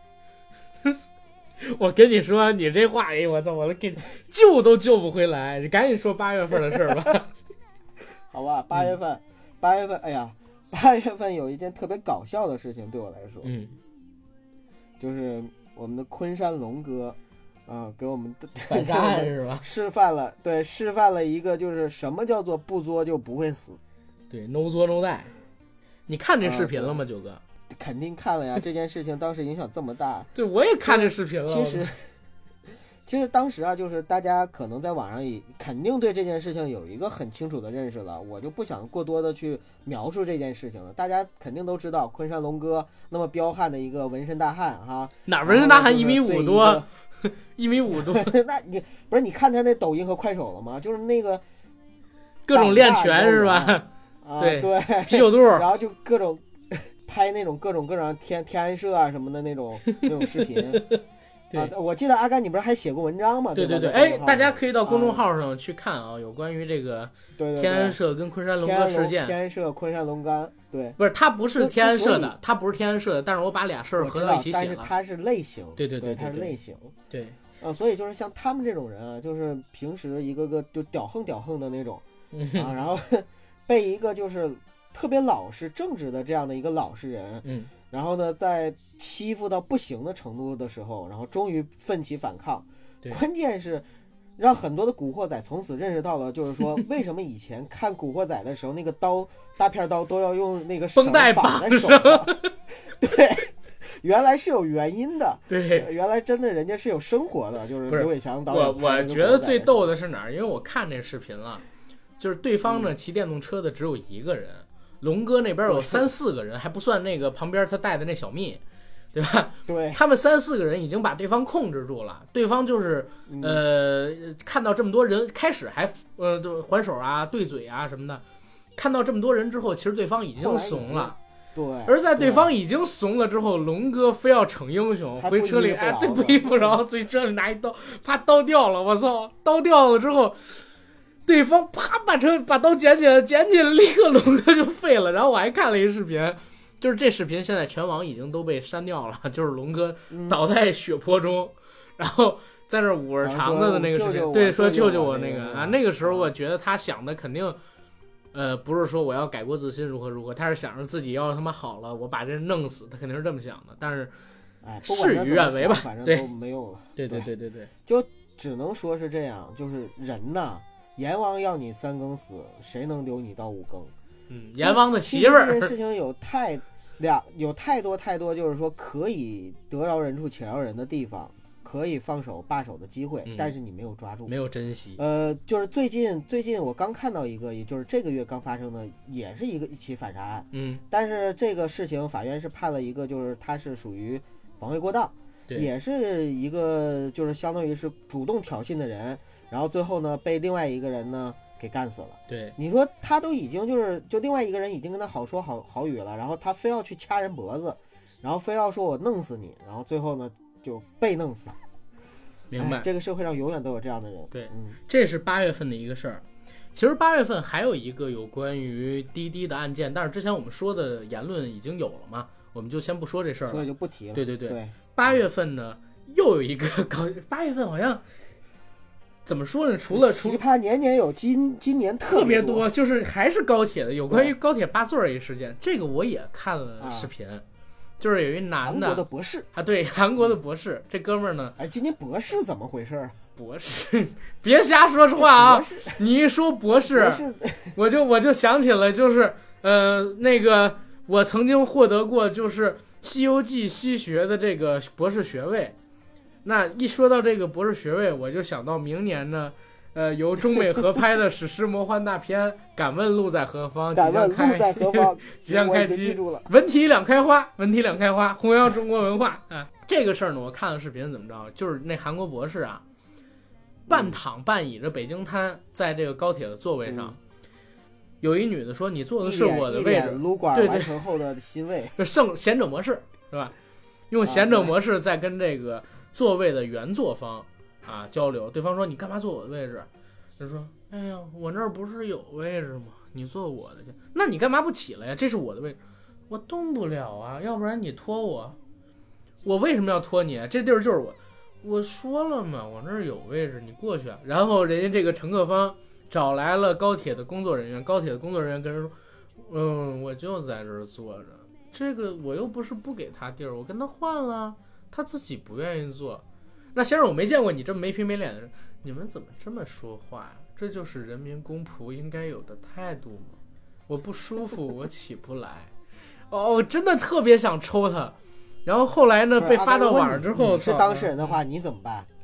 我跟你说，你这话，哎，我操，我给救都救不回来，你赶紧说8月份的事儿吧。 好吧，8月份，哎呀。8月份有一件特别搞笑的事情对我来说，就是我们的昆山龙哥，给我们反杀案是吧？ 示范了一个就是什么叫做不作就不会死， 对 ，no 作 no die。你看这视频了吗，九哥？ 肯定看了呀，这件事情当时影响这么大， 对，我也看这视频了。 其实当时啊，就是大家可能在网上也肯定对这件事情有一个很清楚的认识了，我就不想过多的去描述这件事情了。大家肯定都知道昆山龙哥那么彪悍的一个纹身大汉哈， 哪纹身大汉1.5米多，1.5米多。 那你不是你看他那抖音和快手了吗？就是那个各种练拳是吧？ 对对， 啤酒肚， 然后就各种拍那种各种天安社啊什么的那种视频。 对、 我记得阿甘你不是还写过文章吗？ 对，哎，大家可以到公众号上去看啊，有关于这个天安社跟昆山龙哥事件。 天安社、昆山龙哥，对， 不是他不是天安社的，他不是天安社的，但是我把俩事儿合到一起写了。 但是他是类型， 对， 他是类型， 对。 所以就是像他们这种人啊，就是平时一个个就屌横的那种啊，然后被一个就是特别老实正直的这样的一个老实人，然后呢，在欺负到不行的程度的时候，然后终于奋起反抗。关键是让很多的古惑仔从此认识到了，就是说为什么以前看古惑仔的时候，那个刀大片刀都要用那个绷带绑在手上。对，原来是有原因的。 对， 原来真的人家是有生活的，就是刘伟强导演。 我觉得最逗的是哪儿？因为我看这视频了，就是对方呢骑电动车的只有一个人。龙哥那边有3-4个人，还不算那个旁边他带的那小蜜，对吧？ 对， 他们3-4个人已经把对方控制住了。对方就是看到这么多人，开始还就还手啊、对嘴啊什么的。看到这么多人之后，其实对方已经怂了。 对， 而在对方已经怂了之后，龙哥非要逞英雄，回车里对不依不饶，所以车里拿一刀，啪，刀掉了，我操，刀掉了之后。对方啪把刀捡起来，立刻龙哥就废了。然后我还看了一视频，就是这视频现在全网已经都被删掉了，就是龙哥倒在血泊中，然后在那捂着肠子的那个视频，对，说救救我那个啊。那个时候我觉得他想的肯定，不是说我要改过自新如何，他是想着自己要他妈好了，我把这人弄死，他肯定是这么想的。但是事与愿违吧， 反正都没有了。 对， 就只能说是这样，就是人呐。阎王要你3更死，谁能留你到5更？ 阎王的媳妇儿。 这件事情有太多，就是说可以得饶人处且饶人的地方，可以放手罢手的机会，但是你没有抓住， 没有珍惜。 就是最近我刚看到一个，也就是这个月刚发生的，也是一起反杀案。但是这个事情法院是判了一个，就是他是属于防卫过当，也是一个就是相当于是主动挑衅的人。然后最后呢，被另外一个人呢给干死了。 对， 你说他都已经就另外一个人已经跟他好说好语了，然后他非要去掐人脖子，然后非要说我弄死你，然后最后呢就被弄死。 明白， 这个社会上永远都有这样的人。 对，这是8月份的一个事儿。其实8月份还有一个有关于滴滴的案件，但是之前我们说的言论已经有了嘛，我们就先不说这事儿了， 所以就不提了。 对。8月份呢又有一个8月份好像。怎么说呢？除了奇葩年年有，今年特别多，就是还是高铁的，有关于高铁扒座一事件，这个我也看了视频，就是有一男的韩国的博士啊，对，韩国的博士，这哥们儿呢， 今年博士怎么回事？ 博士，别瞎说话啊！你一说博士我就想起了，就是那个我曾经获得过就是《西游记》西学的这个博士学位。那一说到这个博士学位，我就想到明年呢，由中美合拍的史诗魔幻大片《敢问路在何方》即将开机，文体两开花，弘扬中国文化啊！这个事儿呢，我看了视频怎么着，就是那韩国博士啊，半躺半倚着北京滩，在这个高铁的座位上，有一女的说：“你坐的是我的位置。” 撸管完成后的欣慰， 贤者模式是吧？用贤者模式在跟这个。座位的原座方啊交流，对方说你干嘛坐我的位置？他说：“哎呀，我那儿不是有位置吗？你坐我的去。那你干嘛不起来呀？这是我的位置，我动不了啊，要不然你拖我。我为什么要拖你啊？这地儿就是我说了嘛，我那儿有位置，你过去啊。”然后人家这个乘客方找来了高铁的工作人员，高铁的工作人员跟人说：“我就在这儿坐着，这个我又不是不给他地儿，我跟他换了。”他自己不愿意做。那先生，我没见过你这么没皮没脸的人，你们怎么这么说话呀？这就是人民公仆应该有的态度吗？我不舒服，我起不来。我真的特别想抽他。然后后来呢，被发到网上之后， 你是当事人的话，你怎么办？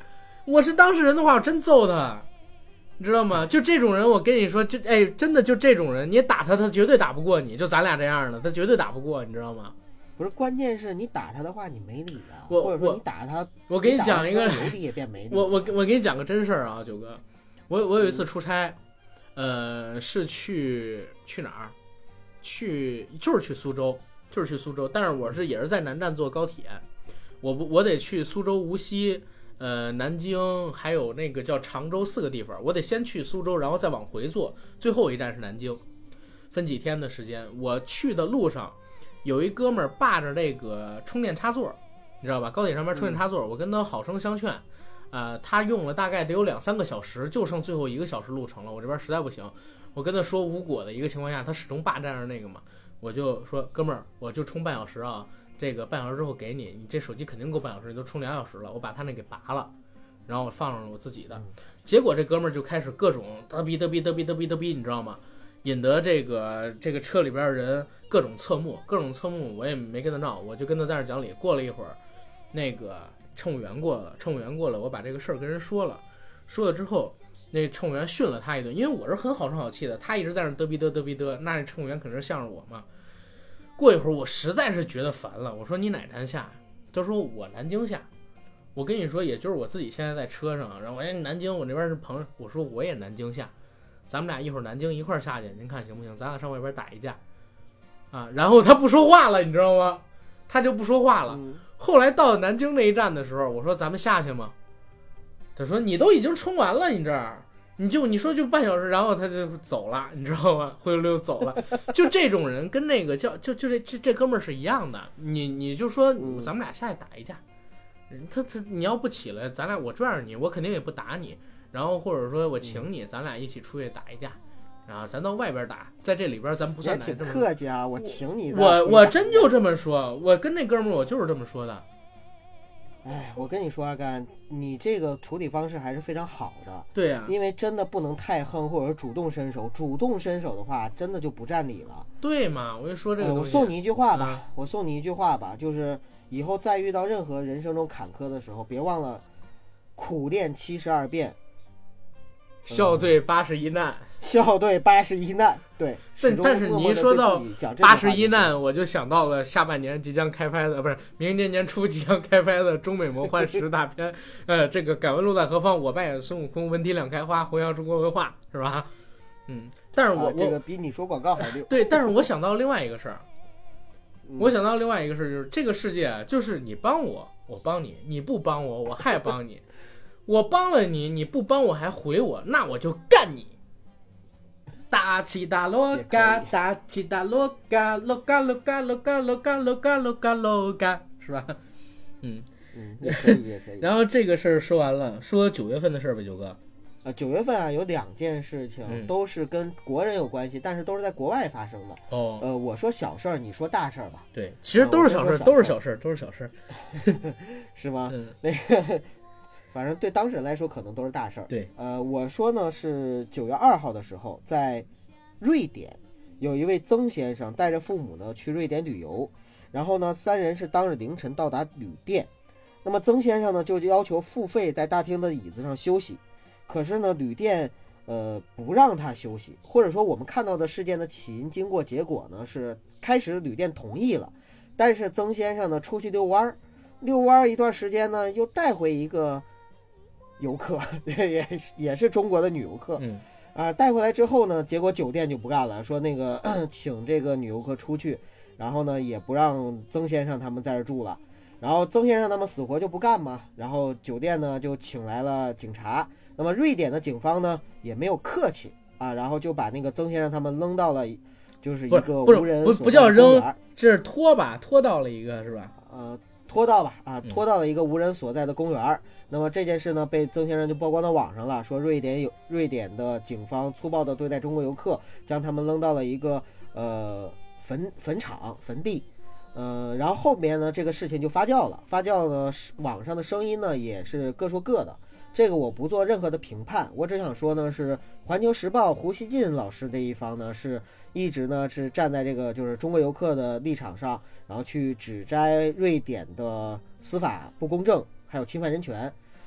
我是当事人的话，我真揍他，你知道吗？就这种人，我跟你说，真的就这种人，你打他，他绝对打不过你，就咱俩这样的，他绝对打不过，你知道吗？ 不是，关键是你打他的话，你没理啊， 或者说你打他， 我给你讲一个有理也变没理。 我给你讲个真事儿啊，九哥，我有一次出差，是去哪儿？就是去苏州，但是我也是在南站坐高铁，我得去苏州、无锡、南京，还有那个叫常州4个地方，我得先去苏州，然后再往回坐，最后一站是南京，分几天的时间。我去的路上。有一哥们儿霸着那个充电插座，你知道吧？高铁上面充电插座，我跟他好声相劝，他用了大概得有2-3个小时，就剩最后1个小时路程了。我这边实在不行，我跟他说无果的一个情况下，他始终霸占着那个嘛，我就说哥们儿，我就充半小时啊，这个半小时之后给你，你这手机肯定够半小时，你都充2小时了，我把他那给拔了，然后我放上了我自己的。结果这哥们儿就开始各种嘚逼，你知道吗？引得这个车里边的人各种侧目，我也没跟他闹，我就跟他在那讲理。过了一会儿，那个乘务员过了，我把这个事儿跟人说了之后，那乘务员训了他一顿，因为我是很好声好气的，他一直在那嘚逼，那乘务员肯定是向着我嘛。过一会儿我实在是觉得烦了，我说你哪站下？他说我南京下。我跟你说，也就是我自己现在在车上，然后南京我这边是朋友，我说我也南京下。咱们俩一会儿南京一块儿下去，您看行不行？咱俩上外边打一架，啊！然后他不说话了，你知道吗？他就不说话了。后来到南京那一站的时候，我说咱们下去吗？他说你都已经充完了，你这儿你说就半小时，然后他就走了，你知道吗？灰溜溜走了。就这种人跟那个就这哥们儿是一样的，你就说咱们俩下去打一架，他你要不起来，咱俩我拽着你，我肯定也不打你。然后或者说我请你，咱俩一起出去打一架，然后咱到外边打，在这里边咱不算打。 也挺客气啊，我请你。 我真就这么说，我跟那哥们儿我就是这么说的。 哎，我跟你说阿甘，你这个处理方式还是非常好的。 对呀， 因为真的不能太横，或者说主动伸手。主动伸手的话，真的就不占理了。 对嘛，我就说这个东西。 我送你一句话吧，就是以后再遇到任何人生中坎坷的时候，别忘了苦练72遍。 笑对81难， 笑对81难，对。 但是你一说到81难，我就想到了下半年即将开拍的，不是明年年初即将开拍的中美魔幻10大片。这个敢问路在何方？我扮演孙悟空，文体两开花，弘扬中国文化，是吧？但是我这个比你说广告还溜。 对，但是我想到另外一个事儿，就是这个世界就是你帮我，我帮你；你不帮我，我还帮你。我帮了你，你不帮我还回我，那我就干你！大起大落嘎，大起大落嘎，落嘎落嘎落嘎落嘎落嘎落嘎落嘎，是吧？ 也可以。 然后这个事儿说完了，说9月份的事儿呗，九哥。 9月份啊，有2件事情都是跟国人有关系，但是都是在国外发生的。我说小事儿，你说大事儿吧。 对，其实都是小事，都是小事， 是吗？那个。反正对当事人来说可能都是大事儿。 对， 我说呢是9月2号的时候，在瑞典有一位曾先生带着父母呢去瑞典旅游，然后呢3人是当日凌晨到达旅店，那么曾先生呢就要求付费在大厅的椅子上休息，可是呢旅店不让他休息，或者说我们看到的事件的起因经过结果呢是开始旅店同意了，但是曾先生呢出去遛弯一段时间呢又带回一个游客，也是中国的女游客，带回来之后呢，结果酒店就不干了，说那个请这个女游客出去，然后呢也不让曾先生他们在这住了，然后曾先生他们死活就不干嘛，然后酒店呢就请来了警察，那么瑞典的警方呢也没有客气啊，然后就把那个曾先生他们扔到了就是一个无人不叫扔，这是拖到了一个是吧？ 拖到了一个无人所在的公园。那么这件事呢被曾先生就曝光到网上了，说瑞典的警方粗暴地对待中国游客，将他们扔到了一个坟地。然后后面呢这个事情就发酵呢，网上的声音呢也是各说各的，这个我不做任何的评判，我只想说呢是环球时报胡锡进老师这一方呢是一直呢是站在这个就是中国游客的立场上，然后去指摘瑞典的司法不公正还有侵犯人权。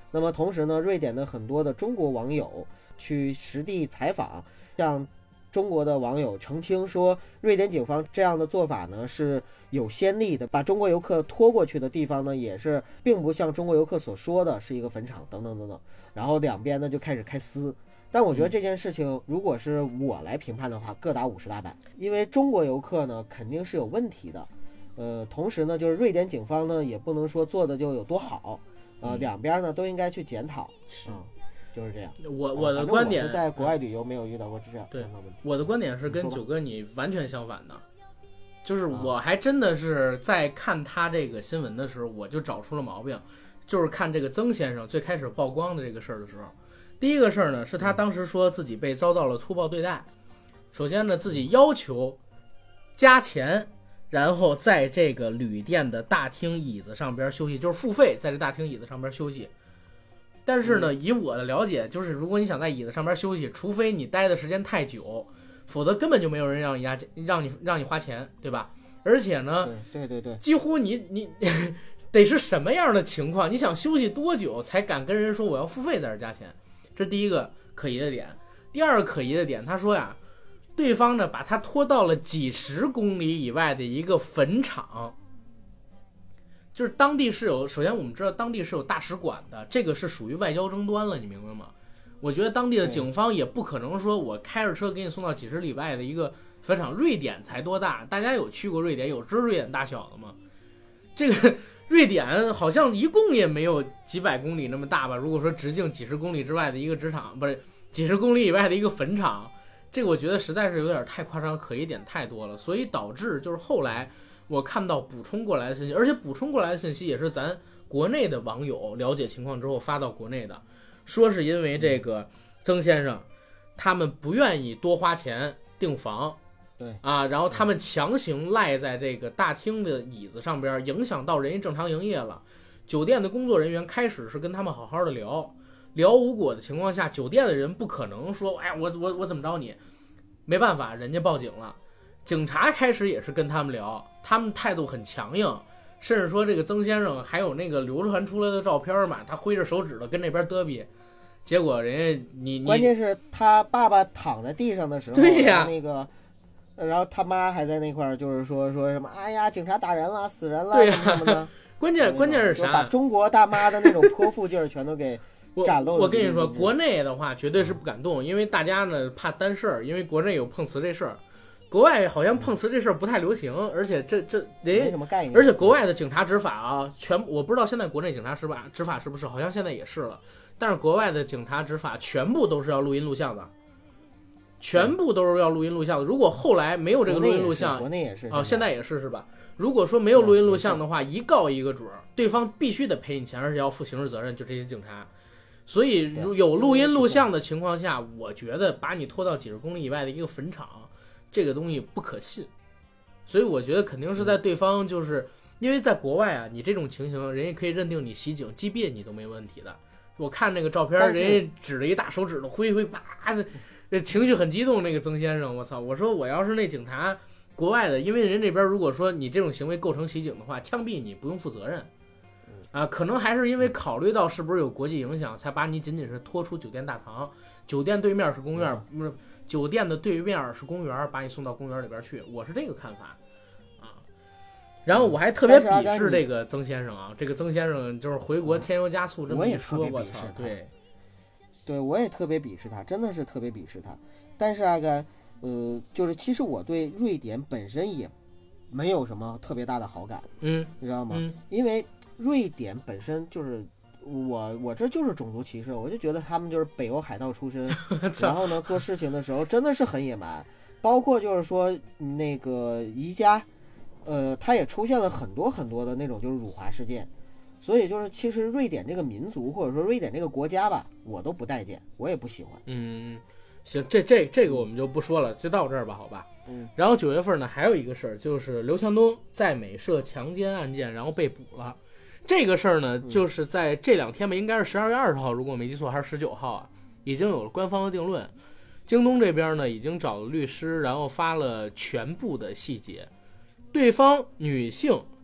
那么同时呢，瑞典的很多的中国网友去实地采访，向中国的网友澄清说，瑞典警方这样的做法呢是有先例的，把中国游客拖过去的地方呢也是并不像中国游客所说的是一个坟场等等等等，然后两边呢就开始开撕。但我觉得这件事情如果是我来评判的话，各打50大板，因为中国游客呢肯定是有问题的，同时呢就是瑞典警方呢也不能说做的就有多好，两边呢都应该去检讨，就是这样。 我的观点， 在国外旅游没有遇到过这样的问题。 我的观点是跟九哥你完全相反的，就是我还真的是在看他这个新闻的时候，我就找出了毛病，就是看这个曾先生最开始曝光的这个事儿的时候，第一个事儿呢是他当时说自己被遭到了粗暴对待，首先呢自己要求加钱，然后在这个旅店的大厅椅子上边休息，就是付费在这大厅椅子上边休息。但是呢，以我的了解，就是如果你想在椅子上边休息，除非你待的时间太久，否则根本就没有人让你花钱，对吧？而且呢， 对， 几乎你得是什么样的情况，你想休息多久才敢跟人说我要付费在这加钱？这第一个可疑的点。第二个可疑的点，他说呀，对方呢把他拖到了几十公里以外的一个坟场。就是当地是有，首先我们知道当地是有大使馆的，这个是属于外交争端了，你明白吗？我觉得当地的警方也不可能说我开着车给你送到几十里外的一个坟场。瑞典才多大？大家有去过瑞典，有知瑞典大小的吗？这个瑞典好像一共也没有几百公里那么大吧？如果说直径几十公里之外的一个职场，不是几十公里以外的一个坟场，这个我觉得实在是有点太夸张，可疑点太多了，所以导致就是后来我看到补充过来的信息，而且补充过来的信息也是咱国内的网友了解情况之后发到国内的，说是因为这个曾先生他们不愿意多花钱订房， 对啊，然后他们强行赖在这个大厅的椅子上边，影响到人家正常营业了。酒店的工作人员开始是跟他们好好的聊无果的情况下，酒店的人不可能说，哎，我怎么着你，没办法，人家报警了。警察开始也是跟他们聊，他们态度很强硬，甚至说这个曾先生还有那个流传出来的照片嘛，他挥着手指头跟那边嘚比，结果人家你关键是他爸爸躺在地上的时候， 对呀， 那个，然后他妈还在那块儿，就是说什么，哎呀，警察打人了，死人了， 对呀， 什么的。 关键是啥？ 把中国大妈的那种泼妇劲儿全都给展露了。 我跟你说，国内的话绝对是不敢动，因为大家呢怕担事儿，因为国内有碰瓷这事儿。国外好像碰瓷这事儿不太流行，而且这没什么概念。 而且国外的警察执法啊，我不知道现在国内警察执法是不是，好像现在也是了。但是国外的警察执法全部都是要录音录像的，全部都是要录音录像的。如果后来没有这个录音录像， 国内也是现在也是吧？如果说没有录音录像的话，一告一个准，对方必须得赔你钱，而且要负刑事责任，就这些警察。所以有录音录像的情况下，我觉得把你拖到几十公里以外的一个坟场，这个东西不可信。所以我觉得肯定是在对方，就是因为在国外啊，你这种情形，人家可以认定你袭警击毙你都没问题的。我看那个照片，人家指了一大手指头挥，啪，情绪很激动。那个曾先生，我操！我说我要是那警察，国外的，因为人这边如果说你这种行为构成袭警的话，枪毙你不用负责任。啊，可能还是因为考虑到是不是有国际影响，才把你仅仅是拖出酒店大堂，酒店对面是公园，不是酒店的对面是公园，把你送到公园里边去。我是这个看法啊。然后我还特别鄙视这个曾先生啊，这个曾先生就是回国添油加醋这么一说，我操， 对，我也特别鄙视他，真的是特别鄙视他。但是阿甘，就是其实我对瑞典本身也没有什么特别大的好感，你知道吗？因为瑞典本身就是我这就是种族歧视，我就觉得他们就是北欧海盗出身，然后呢做事情的时候真的是很野蛮，包括就是说那个宜家，它也出现了很多很多的那种就是辱华事件，所以就是其实瑞典这个民族或者说瑞典这个国家吧，我都不待见，我也不喜欢。 行，这个我们就不说了，就到这儿吧，好吧。然后9月份呢，还有一个事儿，就是刘强东在美涉强奸案件，然后被捕了。这个事儿呢，就是在这2天吧，应该是12月20号，如果我没记错，还是19号啊，已经有了官方的定论。京东这边呢，已经找了律师，然后发了全部的细节。对方女性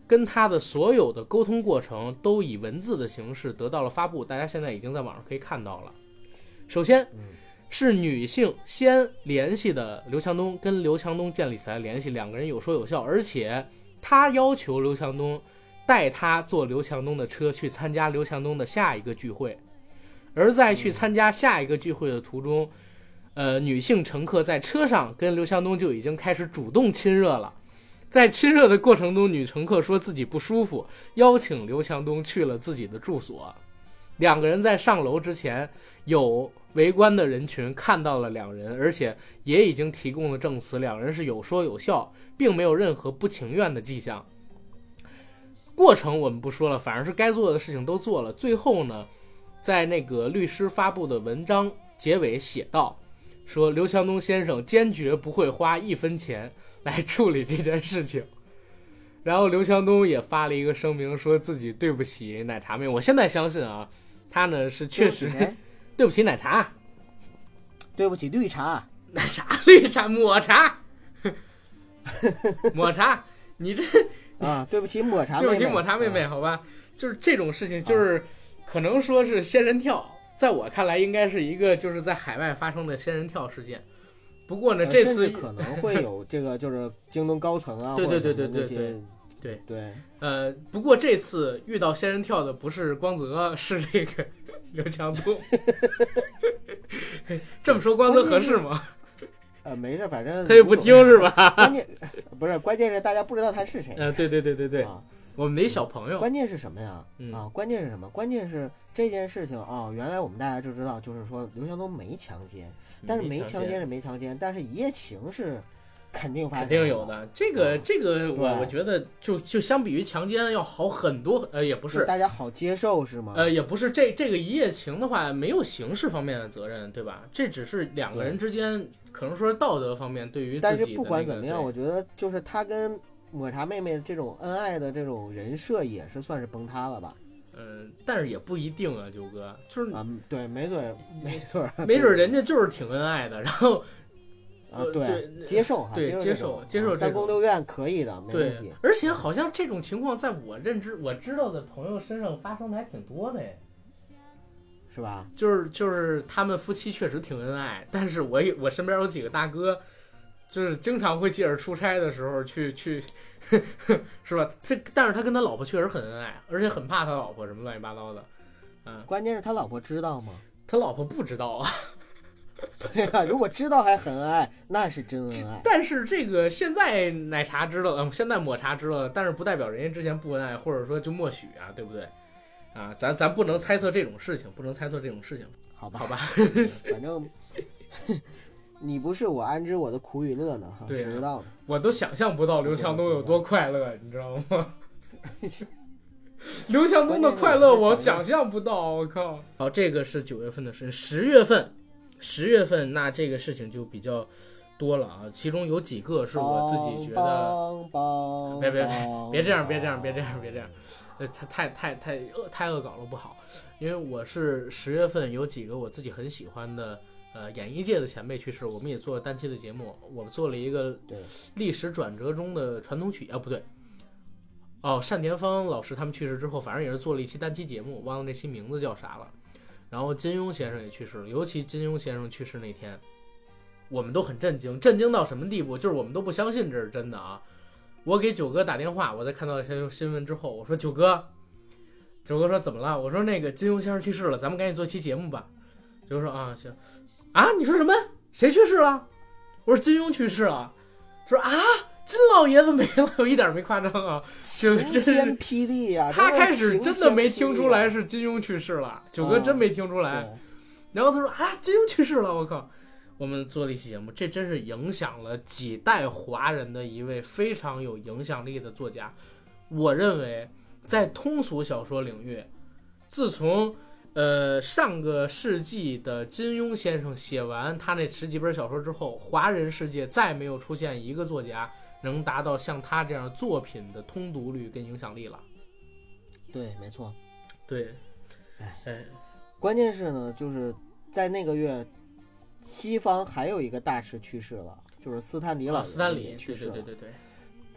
跟他的所有的沟通过程都以文字的形式得到了发布，大家现在已经在网上可以看到了。首先是女性先联系的刘强东，跟刘强东建立起来联系，两个人有说有笑，而且他要求刘强东带他坐刘强东的车去参加刘强东的下一个聚会。而在去参加下一个聚会的途中，女性乘客在车上跟刘强东就已经开始主动亲热了。在亲热的过程中，女乘客说自己不舒服，邀请刘强东去了自己的住所。两个人在上楼之前，有围观的人群看到了两人，而且也已经提供了证词，两人是有说有笑，并没有任何不情愿的迹象。过程我们不说了，反正是该做的事情都做了。最后呢，在那个律师发布的文章结尾写道，说刘强东先生坚决不会花1分钱来处理这件事情。然后刘强东也发了一个声明，说自己对不起奶茶妹。我现在相信啊，他呢是确实对不起奶茶， 对不起绿茶， 奶茶绿茶抹茶抹茶，你这啊，对不起抹茶妹妹， 对不起抹茶妹妹，好吧，就是这种事情，就是可能说是仙人跳，在我看来应该是一个就是在海外发生的仙人跳事件。不过呢，这次可能会有这个就是京东高层啊， 对，不过这次遇到仙人跳的不是光泽，是这个刘强东。这么说光泽合适吗？ 没事，反正他也不听是吧？ 关键是大家不知道他是谁。 对、我们的一小朋友。 关键是什么呀？关键是什么？关键是这件事情原来我们大家就知道，就是说刘强东没强奸，但是没强奸是没强奸，但是一夜情是肯定发生的， 肯定有的。这个我觉得就相比于强奸要好很多，也不是大家好接受是吗？ 也不是这个一夜情的话，没有刑事方面的责任，对吧？这只是两个人之间可能说道德方面对于自己的、但是不管怎么样，我觉得就是他跟抹茶妹妹这种恩爱的这种人设也是算是崩塌了吧。 但是也不一定啊，九哥，就是对，没准人家就是挺恩爱的，然后对，接受哈， 接受三宫六院可以的，没问题。 而且好像这种情况在我知道的朋友身上发生的还挺多的， 是吧？ 就是他们夫妻确实挺恩爱，但是我身边有几个大哥，就是经常会借着出差的时候去是吧？但是他跟他老婆确实很恩爱，而且很怕他老婆什么乱七八糟的。 关键是他老婆知道吗？ 他老婆不知道啊。 对啊，如果知道还很恩爱，那是真恩爱。 但是这个现在奶茶知道了，现在抹茶知道了，但是不代表人家之前不恩爱，或者说就默许啊，对不对？咱不能猜测这种事情，好吧？ 反正你不是我安知我的苦与乐呢？ 对， 知道的。 我都想象不到刘强东有多快乐，你知道吗？刘强东的快乐我想象不到，我靠！好，这个是9月份的事情，10月份那这个事情就比较多了啊，其中有几个是我自己觉得，别这样，太恶搞了不好，因为我是10月份有几个我自己很喜欢的演艺界的前辈去世，我们也做了单期的节目，我们做了一个历史转折中的传统曲不对。单田芳老师他们去世之后，反正也是做了一期单期节目，忘了那期名字叫啥了。然后金庸先生也去世了，尤其金庸先生去世那天，我们都很震惊到什么地步？就是我们都不相信这是真的啊！我给九哥打电话，我在看到新闻之后，我说九哥说怎么了？我说那个金庸先生去世了，咱们赶紧做期节目吧。九哥说行啊，你说什么？谁去世了？我说金庸去世了。说金老爷子没了，我一点没夸张啊， 晴天霹雳啊！ 他开始真的没听出来是金庸去世了，九哥真没听出来。然后他说金庸去世了，我靠！我们做了一期节目，这真是影响了几代华人的一位非常有影响力的作家。我认为在通俗小说领域，自从上个世纪的金庸先生写完他那10几本小说之后，华人世界再没有出现一个作家能达到像他这样作品的通读率跟影响力了。 对，没错。 对， 关键是呢，就是在那个月，西方还有一个大师去世了，就是斯坦李老师。 斯坦李去世了。 对。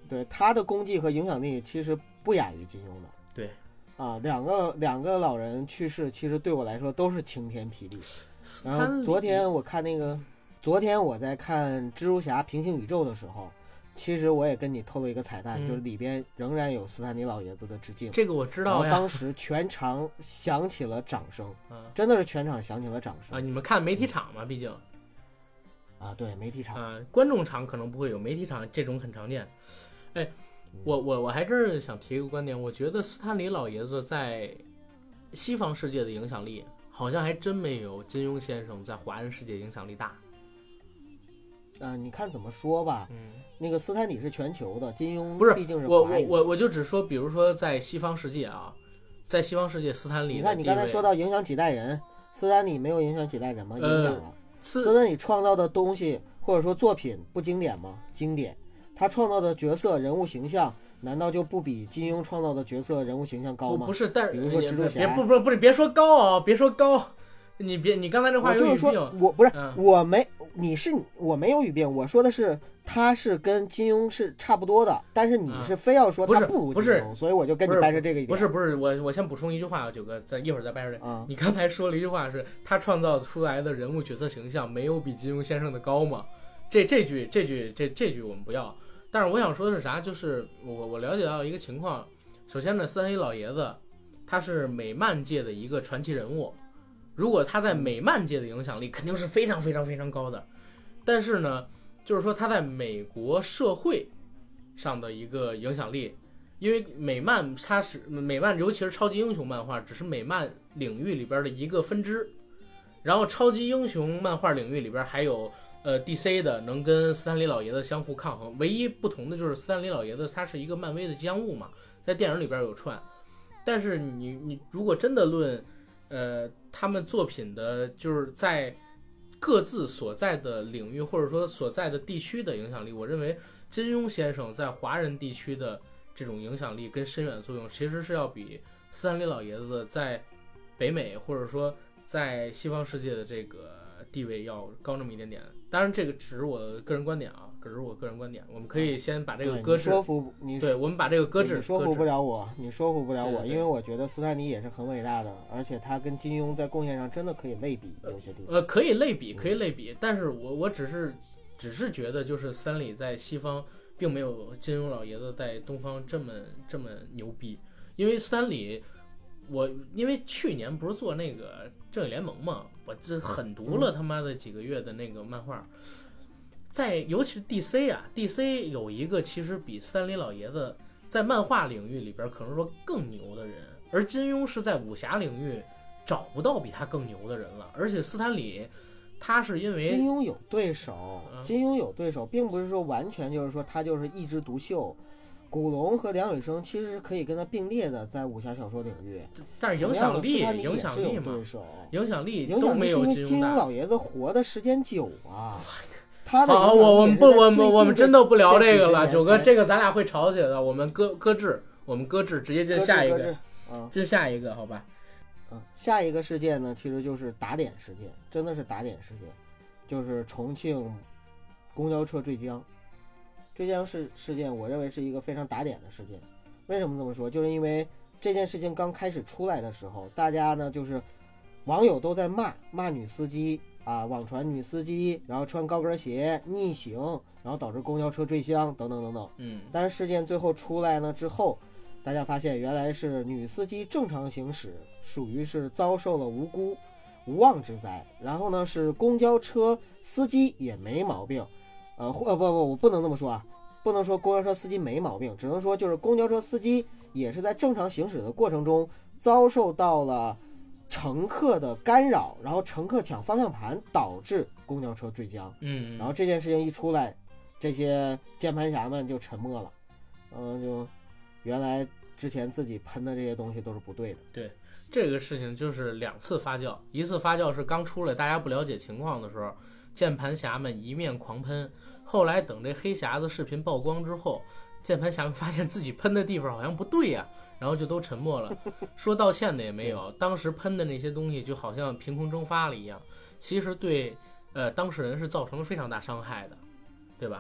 对他的功绩和影响力其实不亚于金庸的。 对， 啊，两个老人去世，其实对我来说都是晴天霹雳。然后昨天我在看蜘蛛侠平行宇宙的时候，其实我也跟你透露一个彩蛋，就是里边仍然有斯坦尼老爷子的致敬。 这个我知道呀。 然后当时全场响起了掌声，真的是全场响起了掌声啊！你们看媒体场嘛，毕竟啊，对媒体场啊，观众场可能不会有，媒体场这种很常见。哎，我还真是想提一个观点，我觉得斯坦李老爷子在西方世界的影响力，好像还真没有金庸先生在华人世界影响力大。 你看怎么说吧，那个斯坦李是全球的，金庸不是， 毕竟是我就只说，比如说在西方世界啊，在西方世界斯坦李的地位， 你看你刚才说到影响几代人，斯坦李没有影响几代人吗？影响了。斯坦李创造的东西或者说作品不经典吗？经典。他创造的角色人物形象难道就不比金庸创造的角色人物形象高吗？ 不是，但是比如说蜘蛛侠， 不是，别说高啊，别说高，你刚才这话有语病。 我不是，我没有语病，我说的是他是跟金庸是差不多的，但是你是非要说他不如金庸，所以我就跟你掰扯这个一点。 不是，我先补充一句话啊，九哥，一会儿再掰扯这个。你刚才说了一句话是，他创造出来的人物角色形象没有比金庸先生的高吗？这句我们不要。但是我想说的是啥？就是我了解到一个情况，首先呢，斯坦李老爷子他是美漫界的一个传奇人物，如果他在美漫界的影响力肯定是非常非常非常高的，但是呢，就是说他在美国社会上的一个影响力，因为美漫尤其是超级英雄漫画只是美漫领域里边的一个分支，然后超级英雄漫画领域里边还有DC 的能跟斯坦李老爷子相互抗衡，唯一不同的就是斯坦李老爷子他是一个漫威的吉祥物嘛，在电影里边有串，但是你如果真的论他们作品的就是在各自所在的领域或者说所在的地区的影响力，我认为金庸先生在华人地区的这种影响力跟深远作用其实是要比斯坦李老爷子在北美或者说在西方世界的这个地位要高那么一点点。当然这个只是我个人观点啊，我们可以先把这个搁置。对，我们把这个搁置。 你说服不了我，对，因为我觉得斯坦李也是很伟大的，而且他跟金庸在贡献上真的可以类比，有些地方。 可以类比，但是我只是觉得就是斯坦李在西方并没有金庸老爷子在东方这么牛逼，因为斯坦李。因为去年不是做那个正义联盟嘛，我这狠读了他妈的几个月的那个漫画，尤其是 DC 啊 ，DC 有一个其实比斯坦李老爷子在漫画领域里边可能说更牛的人，而金庸是在武侠领域找不到比他更牛的人了，而且斯坦李他是因为金庸有对手，并不是说完全就是说他就是一枝独秀。古龙和梁羽生其实是可以跟他并列的，在武侠小说领域， 但是影响力嘛，影响力都没有金庸老爷子活的时间久啊。 好，我们真的不聊这个了，九哥，这个咱俩会吵起来的，我们搁置，直接进下一个，进下一个，好吧？ 下一个事件呢，其实就是打点事件，真的是打点事件，就是重庆公交车坠江。这件事件我认为是一个非常打点的事件。为什么这么说？就是因为这件事情刚开始出来的时候，大家呢就是网友都在骂女司机啊，网传女司机然后穿高跟鞋逆行，然后导致公交车坠江等等等等。但是事件最后出来呢之后，大家发现原来是女司机正常行驶，属于是遭受了无辜无妄之灾。然后呢是公交车司机也没毛病。我不能这么说啊，不能说公交车司机没毛病，只能说就是公交车司机也是在正常行驶的过程中遭受到了乘客的干扰，然后乘客抢方向盘导致公交车坠江。然后这件事情一出来，这些键盘侠们就沉默了，就原来之前自己喷的这些东西都是不对的。 对，这个事情就是两次发酵，一次发酵是刚出来大家不了解情况的时候，键盘侠们一面狂喷，后来等这黑匣子视频曝光之后，键盘侠们发现自己喷的地方好像不对呀，然后就都沉默了，说道歉的也没有，当时喷的那些东西就好像凭空蒸发了一样，其实对当事人是造成了非常大伤害的，对吧？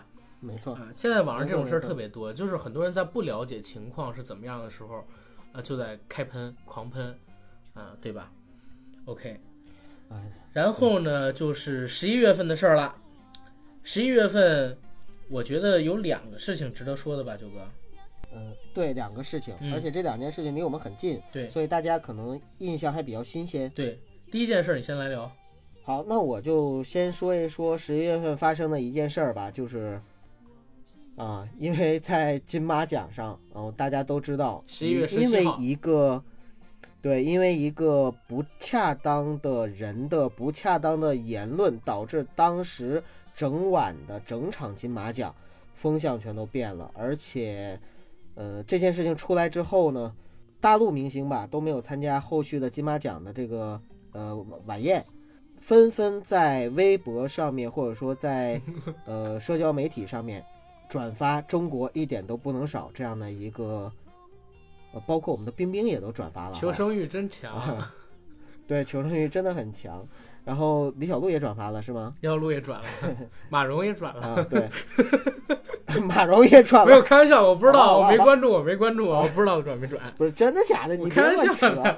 没错。 现在网上这种事儿特别多，就是很多人在不了解情况是怎么样的时候，就在开喷、狂喷，对吧 ？OK， 然后呢，就是11月份的事儿了。11月份，我觉得有2个事情值得说的吧，九哥。 对，2个事情，而且这2件事情离我们很近， 对， 所以大家可能印象还比较新鲜。 对，第一件事你先来聊。 好，那我就先说一说11月份发生的一件事儿吧，就是因为在金马奖上，大家都知道 11月17号， 因为一个不恰当的人的不恰当的言论，导致当时整场金马奖风向全都变了，而且这件事情出来之后呢，大陆明星吧都没有参加后续的金马奖的这个晚宴，纷纷在微博上面或者说在社交媒体上面转发中国一点都不能少这样的一个包括我们的冰冰也都转发了， 求生欲真强。 对，求生欲真的很强。然后李小璐也转发了是吗？ 李小璐也转了，马蓉也转了， 对。马蓉也转了， 没有开玩笑，我不知道，我没关注，我不知道转没转。 不是真的假的，你开玩笑的。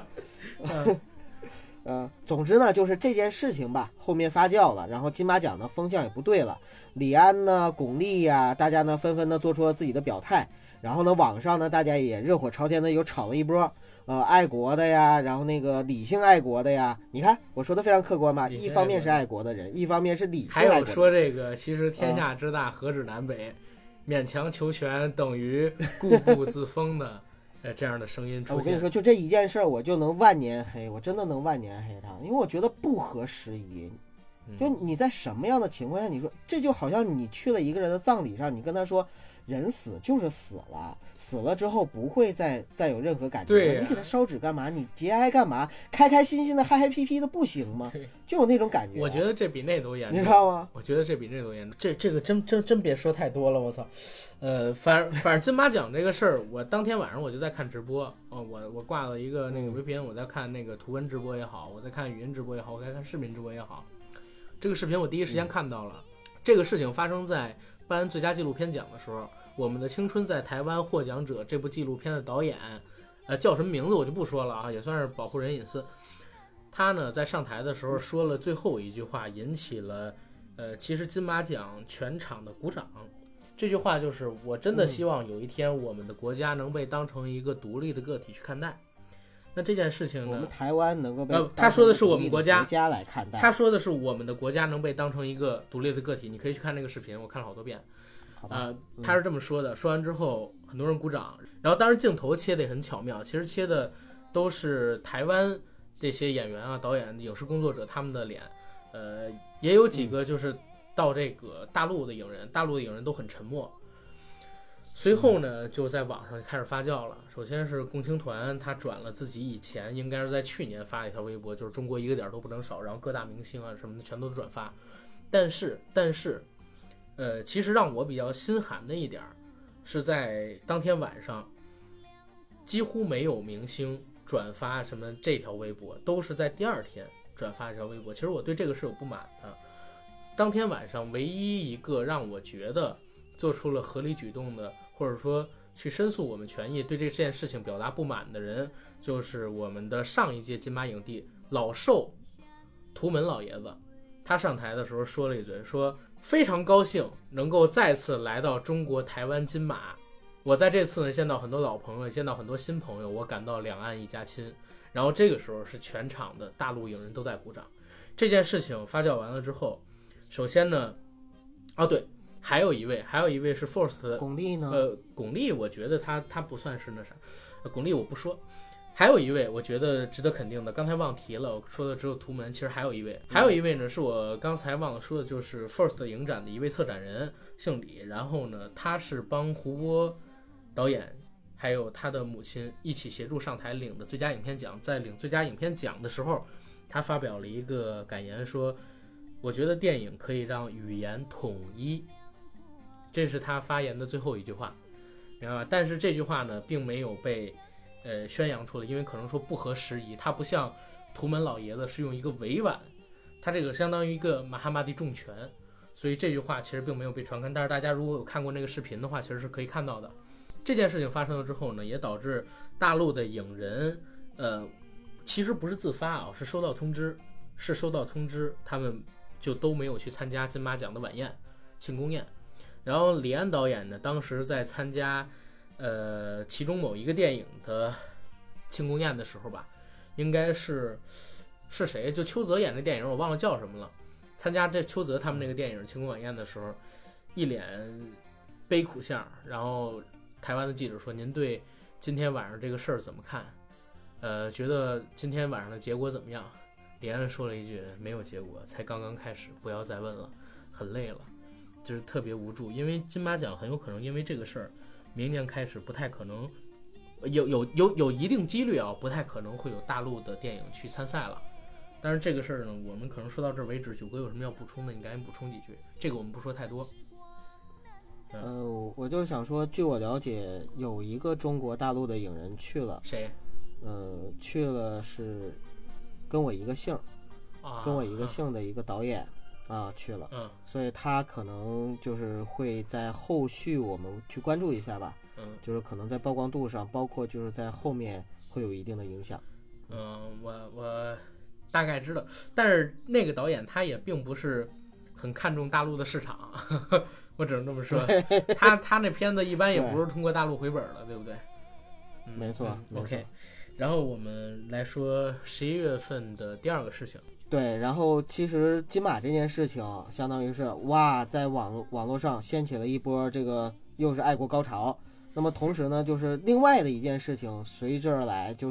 总之呢，就是这件事情吧，后面发酵了，然后金马奖的风向也不对了，李安呢、巩俐呀，大家呢纷纷的做出了自己的表态，然后呢，网上呢大家也热火朝天的又吵了一波，爱国的呀，然后那个理性爱国的呀，你看我说的非常客观吧，一方面是爱国的人，一方面是理性爱国的人。 还有说这个，其实天下之大，何止南北。勉强求全等于固步自封的这样的声音出现。 我跟你说，就这一件事我就能万年黑，我真的能万年黑他，因为我觉得不合时宜。就你在什么样的情况下，你说这就好像你去了一个人的葬礼上，你跟他说人死就是死了，死了之后不会再有任何感觉。 对， 你给他烧纸干嘛？你节哀干嘛？开开心心的嗨嗨皮皮的不行吗？就有那种感觉。 我觉得这比那都严重， 你知道吗？ 我觉得这比那都严重。这个真别说太多了，我操。反正金马奖这个事儿，我当天晚上我就在看直播。我挂了一个那个 VPN，我在看那个图文直播也好，我在看语音直播也好，我在看视频直播也好。这个视频我第一时间看到了。这个事情发生在颁最佳纪录片奖的时候，《我们的青春在台湾》获奖者这部纪录片的导演，叫什么名字我就不说了啊，也算是保护人隐私。他呢在上台的时候说了最后一句话，引起了其实金马奖全场的鼓掌。这句话就是我真的希望有一天我们的国家能被当成一个独立的个体去看待。那这件事情呢， 我们台湾能够被他说的是我们国家来看待， 他说的是我们的国家能被当成一个独立的个体。你可以去看那个视频，我看了好多遍。他是这么说的。说完之后很多人鼓掌，然后当然镜头切得也很巧妙，其实切的都是台湾这些演员啊、导演、影视工作者他们的脸，也有几个就是到这个大陆的影人，大陆的影人都很沉默。随后呢，就在网上开始发酵了。首先是共青团，他转了自己以前应该是在去年发了一条微博，就是中国一个点都不能少，然后各大明星啊什么的全都转发。但是，其实让我比较心寒的一点是在当天晚上，几乎没有明星转发什么这条微博，都是在第二天转发这条微博。其实我对这个是有不满的。当天晚上唯一一个让我觉得做出了合理举动的，或者说去申诉我们权益，对这件事情表达不满的人，就是我们的上一届金马影帝老寿图门老爷子。他上台的时候说了一嘴，说非常高兴能够再次来到中国台湾金马，我在这次呢见到很多老朋友，见到很多新朋友，我感到两岸一家亲。然后这个时候是全场的大陆影人都在鼓掌。这件事情发酵完了之后，首先呢，对，还有一位是 Force 的巩俐呢？ 巩俐我觉得他不算是那啥，巩俐我不说。还有一位我觉得值得肯定的，刚才忘提了，我说的只有图门，其实还有一位呢是我刚才忘了说的，就是 First 的影展的一位策展人，姓李。然后呢，他是帮胡波导演还有他的母亲一起协助上台领的最佳影片奖。在领最佳影片奖的时候，他发表了一个感言，说我觉得电影可以让语言统一，这是他发言的最后一句话，明白吧？但是这句话呢并没有被宣扬出来，因为可能说不合时宜。他不像图门老爷子是用一个委婉，他这个相当于一个马哈马蒂重拳， 所以这句话其实并没有被传开。但是大家如果有看过那个视频的话，其实是可以看到的。这件事情发生了之后呢，也导致大陆的影人，其实不是自发啊，是收到通知，他们就都没有去参加金马奖的晚宴庆功宴。然后李安导演呢，当时在参加其中某一个电影的庆功宴的时候吧，应该是谁？就邱泽演的电影，我忘了叫什么了。参加这邱泽他们那个电影庆功晚宴的时候，一脸悲苦相。然后台湾的记者说：“您对今天晚上这个事儿怎么看？觉得今天晚上的结果怎么样？”李安说了一句：“没有结果，才刚刚开始，不要再问了，很累了。”就是特别无助，因为金马奖很有可能因为这个事儿，明年开始不太可能，有一定几率啊，不太可能会有大陆的电影去参赛了。但是这个事儿呢，我们可能说到这儿为止。九哥有什么要补充的，你赶紧补充几句。这个我们不说太多。 我就是想说，据我了解，有一个中国大陆的影人去了。 谁？ 去了是跟我一个姓，跟我一个姓的一个导演去了。所以他可能就是会在后续我们去关注一下吧。就是可能在曝光度上，包括就是在后面会有一定的影响。 我大概知道，但是那个导演他也并不是很看重大陆的市场，我只能这么说。他那片子一般也不是通过大陆回本的，对不对？ 没错。 OK， 然后我们来说11月份的第二个事情。 对，然后其实金马这件事情，相当于是在网络上掀起了一波这个又是爱国高潮。那么同时呢，就是另外的一件事情随之而来，就是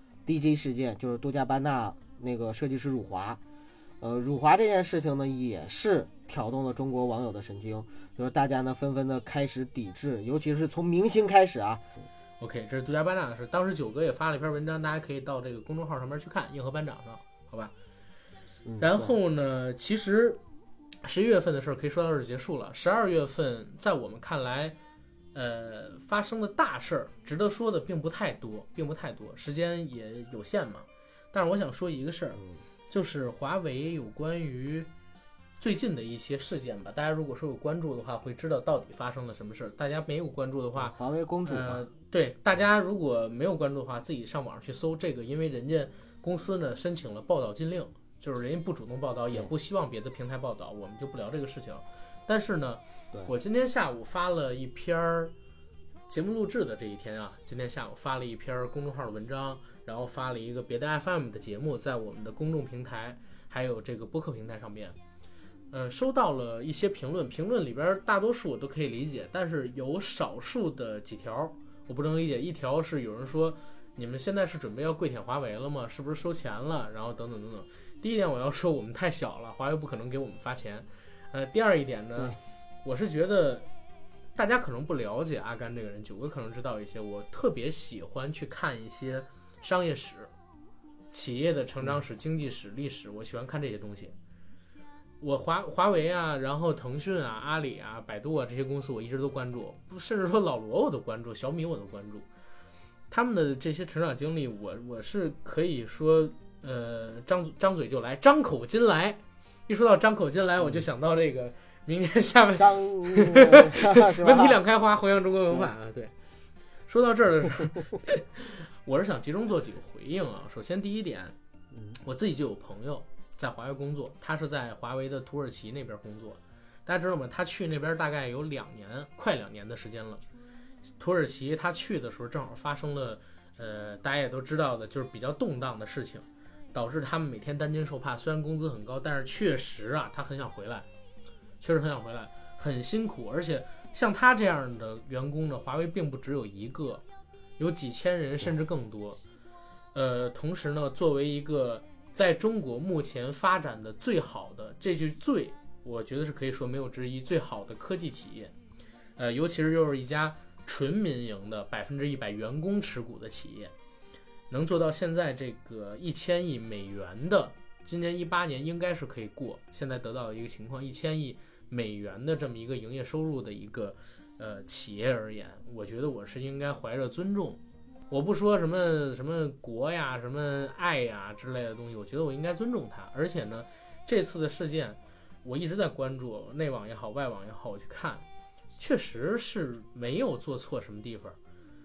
DJ 事件，就是多加班纳那个设计师辱华。辱华这件事情呢，也是挑动了中国网友的神经，就是大家呢纷纷的开始抵制，尤其是从明星开始啊。 OK， 这是杜家班长的事。当时九哥也发了一篇文章，大家可以到这个公众号上面去看，硬核班长上，好吧。然后呢，其实11月份的事可以说到这儿结束了。12月份在我们看来，发生的大事儿，值得说的并不太多，时间也有限嘛。但是我想说一个事儿，就是华为有关于最近的一些事件吧。大家如果说有关注的话，会知道到底发生了什么事儿。大家没有关注的话， 华为公主对，大家如果没有关注的话，自己上网上去搜这个，因为人家公司呢申请了报道禁令，就是人家不主动报道，也不希望别的平台报道，我们就不聊这个事情。但是呢，我今天下午发了一篇节目录制的这一天啊，今天下午发了一篇公众号的文章，然后发了一个别的 FM 的节目，在我们的公众平台还有这个播客平台上面，收到了一些评论里边大多数我都可以理解，但是有少数的几条我不能理解。一条是有人说，你们现在是准备要跪舔华为了吗？是不是收钱了？然后等等等等。第一点我要说，我们太小了，华为不可能给我们发钱。第二一点呢，我是觉得大家可能不了解阿甘这个人，九哥可能知道一些。我特别喜欢去看一些商业史、企业的成长史、经济史、历史，我喜欢看这些东西。我华为啊，然后腾讯啊、阿里啊、百度啊这些公司我一直都关注，甚至说老罗我都关注，小米我都关注。他们的这些成长经历，我是可以说，张嘴就来，张口金来。一说到张口金来，我就想到这个明年下半文体两开花，弘扬中国文化啊。对，说到这儿的时候，我是想集中做几个回应啊。首先第一点，我自己就有朋友在华为工作，他是在华为的土耳其那边工作。大家知道吗？他去那边大概有快2年的时间了。土耳其他去的时候正好发生了，大家也都知道的，就是比较动荡的事情，导致他们每天担惊受怕。虽然工资很高，但是确实啊，他很想回来，很辛苦。而且像他这样的员工呢，华为并不只有一个，有几千人甚至更多。同时呢，作为一个在中国目前发展的最好的，这句最我觉得是可以说没有之一，最好的科技企业，尤其是又是一家纯民营的100%员工持股的企业，能做到现在这个1000亿美元的，今年18年应该是可以过，现在得到的一个情况，1000亿美元的这么一个营业收入的一个企业而言，我觉得我是应该怀着尊重，我不说什么国呀、什么爱呀之类的东西，我觉得我应该尊重他。而且呢，这次的事件， 我一直在关注内网也好外网也好，我去看，确实是没有做错什么地方，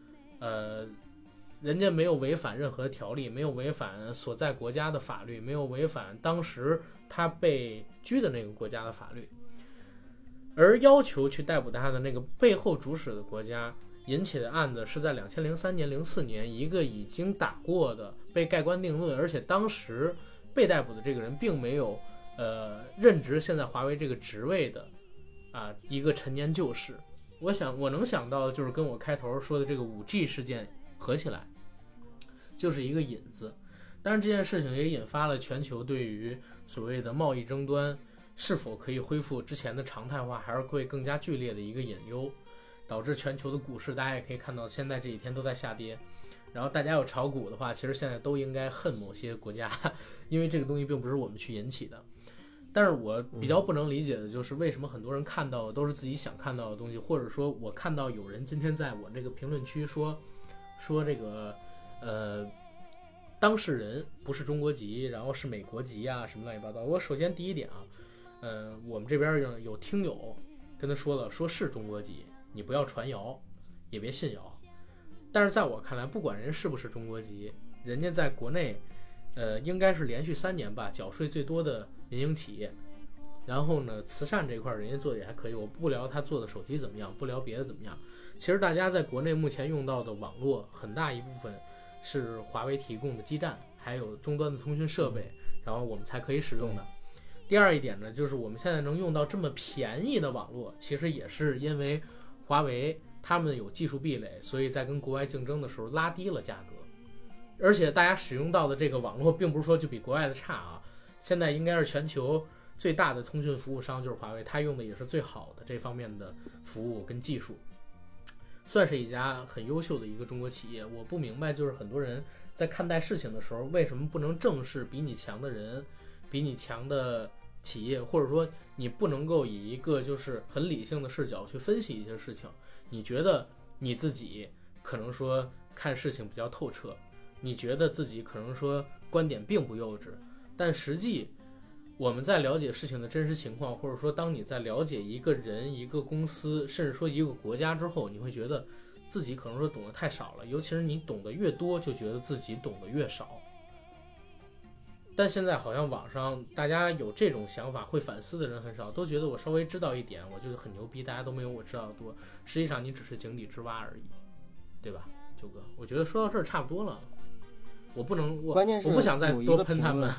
人家没有违反任何条例，没有违反所在国家的法律，没有违反当时他被拘的那个国家的法律，而要求去逮捕他的那个背后主使的国家引起的案子是在2003年、04年，一个已经打过的被盖棺定论，而且当时被逮捕的这个人并没有任职现在华为这个职位的一个陈年旧事。我能想到的就是跟我开头说的这个 5G 事件合起来就是一个引子，当然这件事情也引发了全球对于所谓的贸易争端是否可以恢复之前的常态化，还是会更加剧烈的一个隐忧，导致全球的股市大家也可以看到现在这几天都在下跌。然后大家有炒股的话，其实现在都应该恨某些国家，因为这个东西并不是我们去引起的。但是我比较不能理解的就是为什么很多人看到的都是自己想看到的东西，或者说我看到有人今天在我这个评论区说这个当事人不是中国籍，然后是美国籍啊什么乱七八糟。我首先第一点我们这边有听友跟他说了，说是中国籍，你不要传谣，也别信谣。但是在我看来，不管人是不是中国籍，人家在国内应该是连续3年吧缴税最多的民营企业。然后呢，慈善这块人家做的也还可以，我不聊他做的手机怎么样，不聊别的怎么样。其实大家在国内目前用到的网络很大一部分是华为提供的基站，还有终端的通讯设备，然后我们才可以使用的。第二一点呢，就是我们现在能用到这么便宜的网络，其实也是因为华为他们有技术壁垒，所以在跟国外竞争的时候拉低了价格。而且大家使用到的这个网络并不是说就比国外的差啊，现在应该是全球最大的通讯服务商就是华为，他用的也是最好的这方面的服务跟技术，算是一家很优秀的一个中国企业。我不明白就是很多人在看待事情的时候为什么不能正视比你强的人，比你强的企业，或者说你不能够以一个就是很理性的视角去分析一些事情。你觉得你自己可能说看事情比较透彻，你觉得自己可能说观点并不幼稚，但实际我们在了解事情的真实情况，或者说当你在了解一个人、一个公司，甚至说一个国家之后，你会觉得自己可能说懂得太少了，尤其是你懂得越多，就觉得自己懂得越少。但现在好像网上大家有这种想法，会反思的人很少，都觉得我稍微知道一点我就是很牛逼，大家都没有我知道的多。实际上你只是井底之蛙而已，对吧，九哥？我觉得说到这儿差不多了，我不想再多喷他们。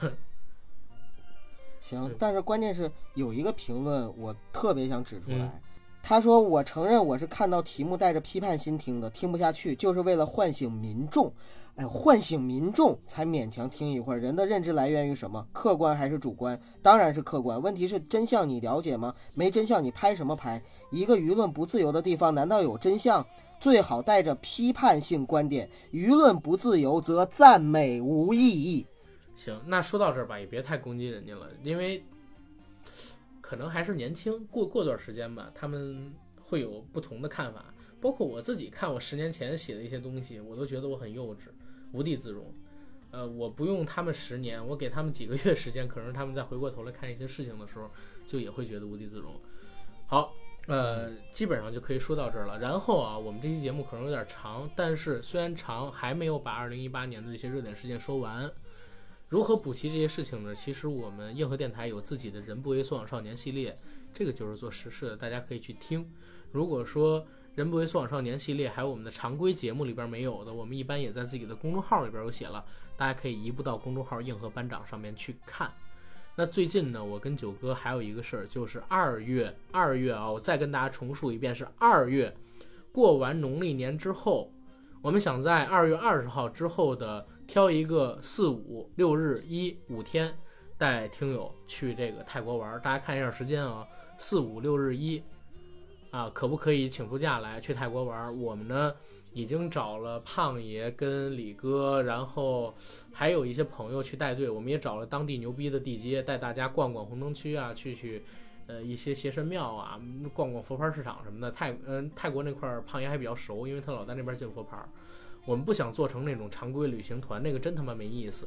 行，但是关键是有一个评论我特别想指出来，他说我承认我是看到题目带着批判心听的，听不下去，就是为了唤醒民众。唤醒民众才勉强听一会儿。人的认知来源于什么？客观还是主观？当然是客观。问题是真相你了解吗？没真相你拍什么拍？一个舆论不自由的地方难道有真相？最好带着批判性观点。舆论不自由则赞美无意义。 行，那说到这儿吧，也别太攻击人家了，因为可能还是年轻，过段时间吧，他们会有不同的看法。包括我自己看我10年前写的一些东西，我都觉得我很幼稚，无地自容。我不用他们10年，我给他们几个月时间，可能他们再回过头来看一些事情的时候，就也会觉得无地自容。好，基本上就可以说到这儿了。然后我们这期节目可能有点长，但是虽然长，还没有把2018年的这些热点事件说完。如何补齐这些事情呢？其实我们硬核电台有自己的人不为所往少年系列，这个就是做时事的，大家可以去听。如果说人不为所往少年系列还有我们的常规节目里边没有的，我们一般也在自己的公众号里边有写了，大家可以移步到公众号硬核班长上面去看。那最近呢，我跟九哥还有一个事儿，就是2月我再跟大家重述一遍，是2月过完农历年之后，我们想在2月20号之后的挑一个4、5、6日5天带听友去这个泰国玩。大家看一下时间4、5、6日可不可以请出假来去泰国玩？我们呢已经找了胖爷跟李哥，然后还有一些朋友去带队，我们也找了当地牛逼的地接，带大家逛逛红灯区去一些邪神庙逛逛佛牌市场什么的。泰国那块胖爷还比较熟，因为他老在那边进佛牌。我们不想做成那种常规旅行团，那个真他妈没意思。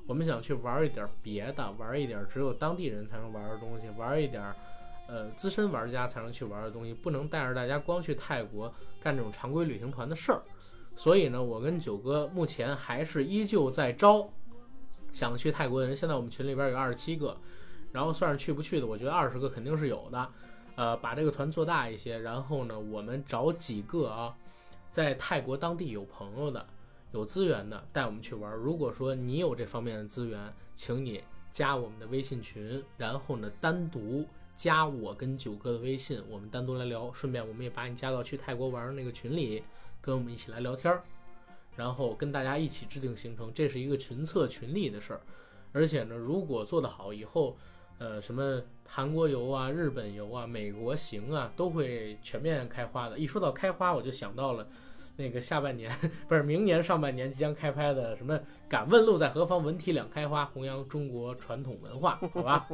我们想去玩一点别的，玩一点只有当地人才能玩的东西，玩一点资深玩家才能去玩的东西，不能带着大家光去泰国干这种常规旅行团的事儿。所以呢，我跟九哥目前还是依旧在招想去泰国的人。现在我们群里边有27个，然后算是去不去的，我觉得20个肯定是有的。把这个团做大一些，然后呢，我们找几个在泰国当地有朋友的、有资源的，带我们去玩。如果说你有这方面的资源，请你加我们的微信群，然后呢，单独加我跟九哥的微信，我们单独来聊。顺便我们也把你加到去泰国玩的那个群里，跟我们一起来聊天，然后跟大家一起制定行程。这是一个群策群力的事儿，而且呢，如果做得好，以后什么韩国游啊、日本游啊、美国行啊，都会全面开花的。一说到开花，我就想到了那个下半年不是明年上半年即将开拍的什么“敢问路在何方，文体两开花”，弘扬中国传统文化，好吧？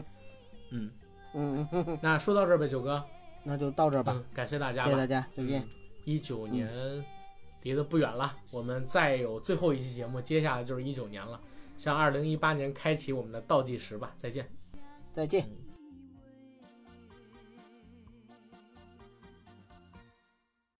那说到这儿呗，九哥， 那就到这儿吧。 感谢大家吧， 谢谢大家，再见。 19年离得不远了，我们再有最后一期节目，接下来就是19年了，向2018年开启我们的倒计时吧。再见。 再见。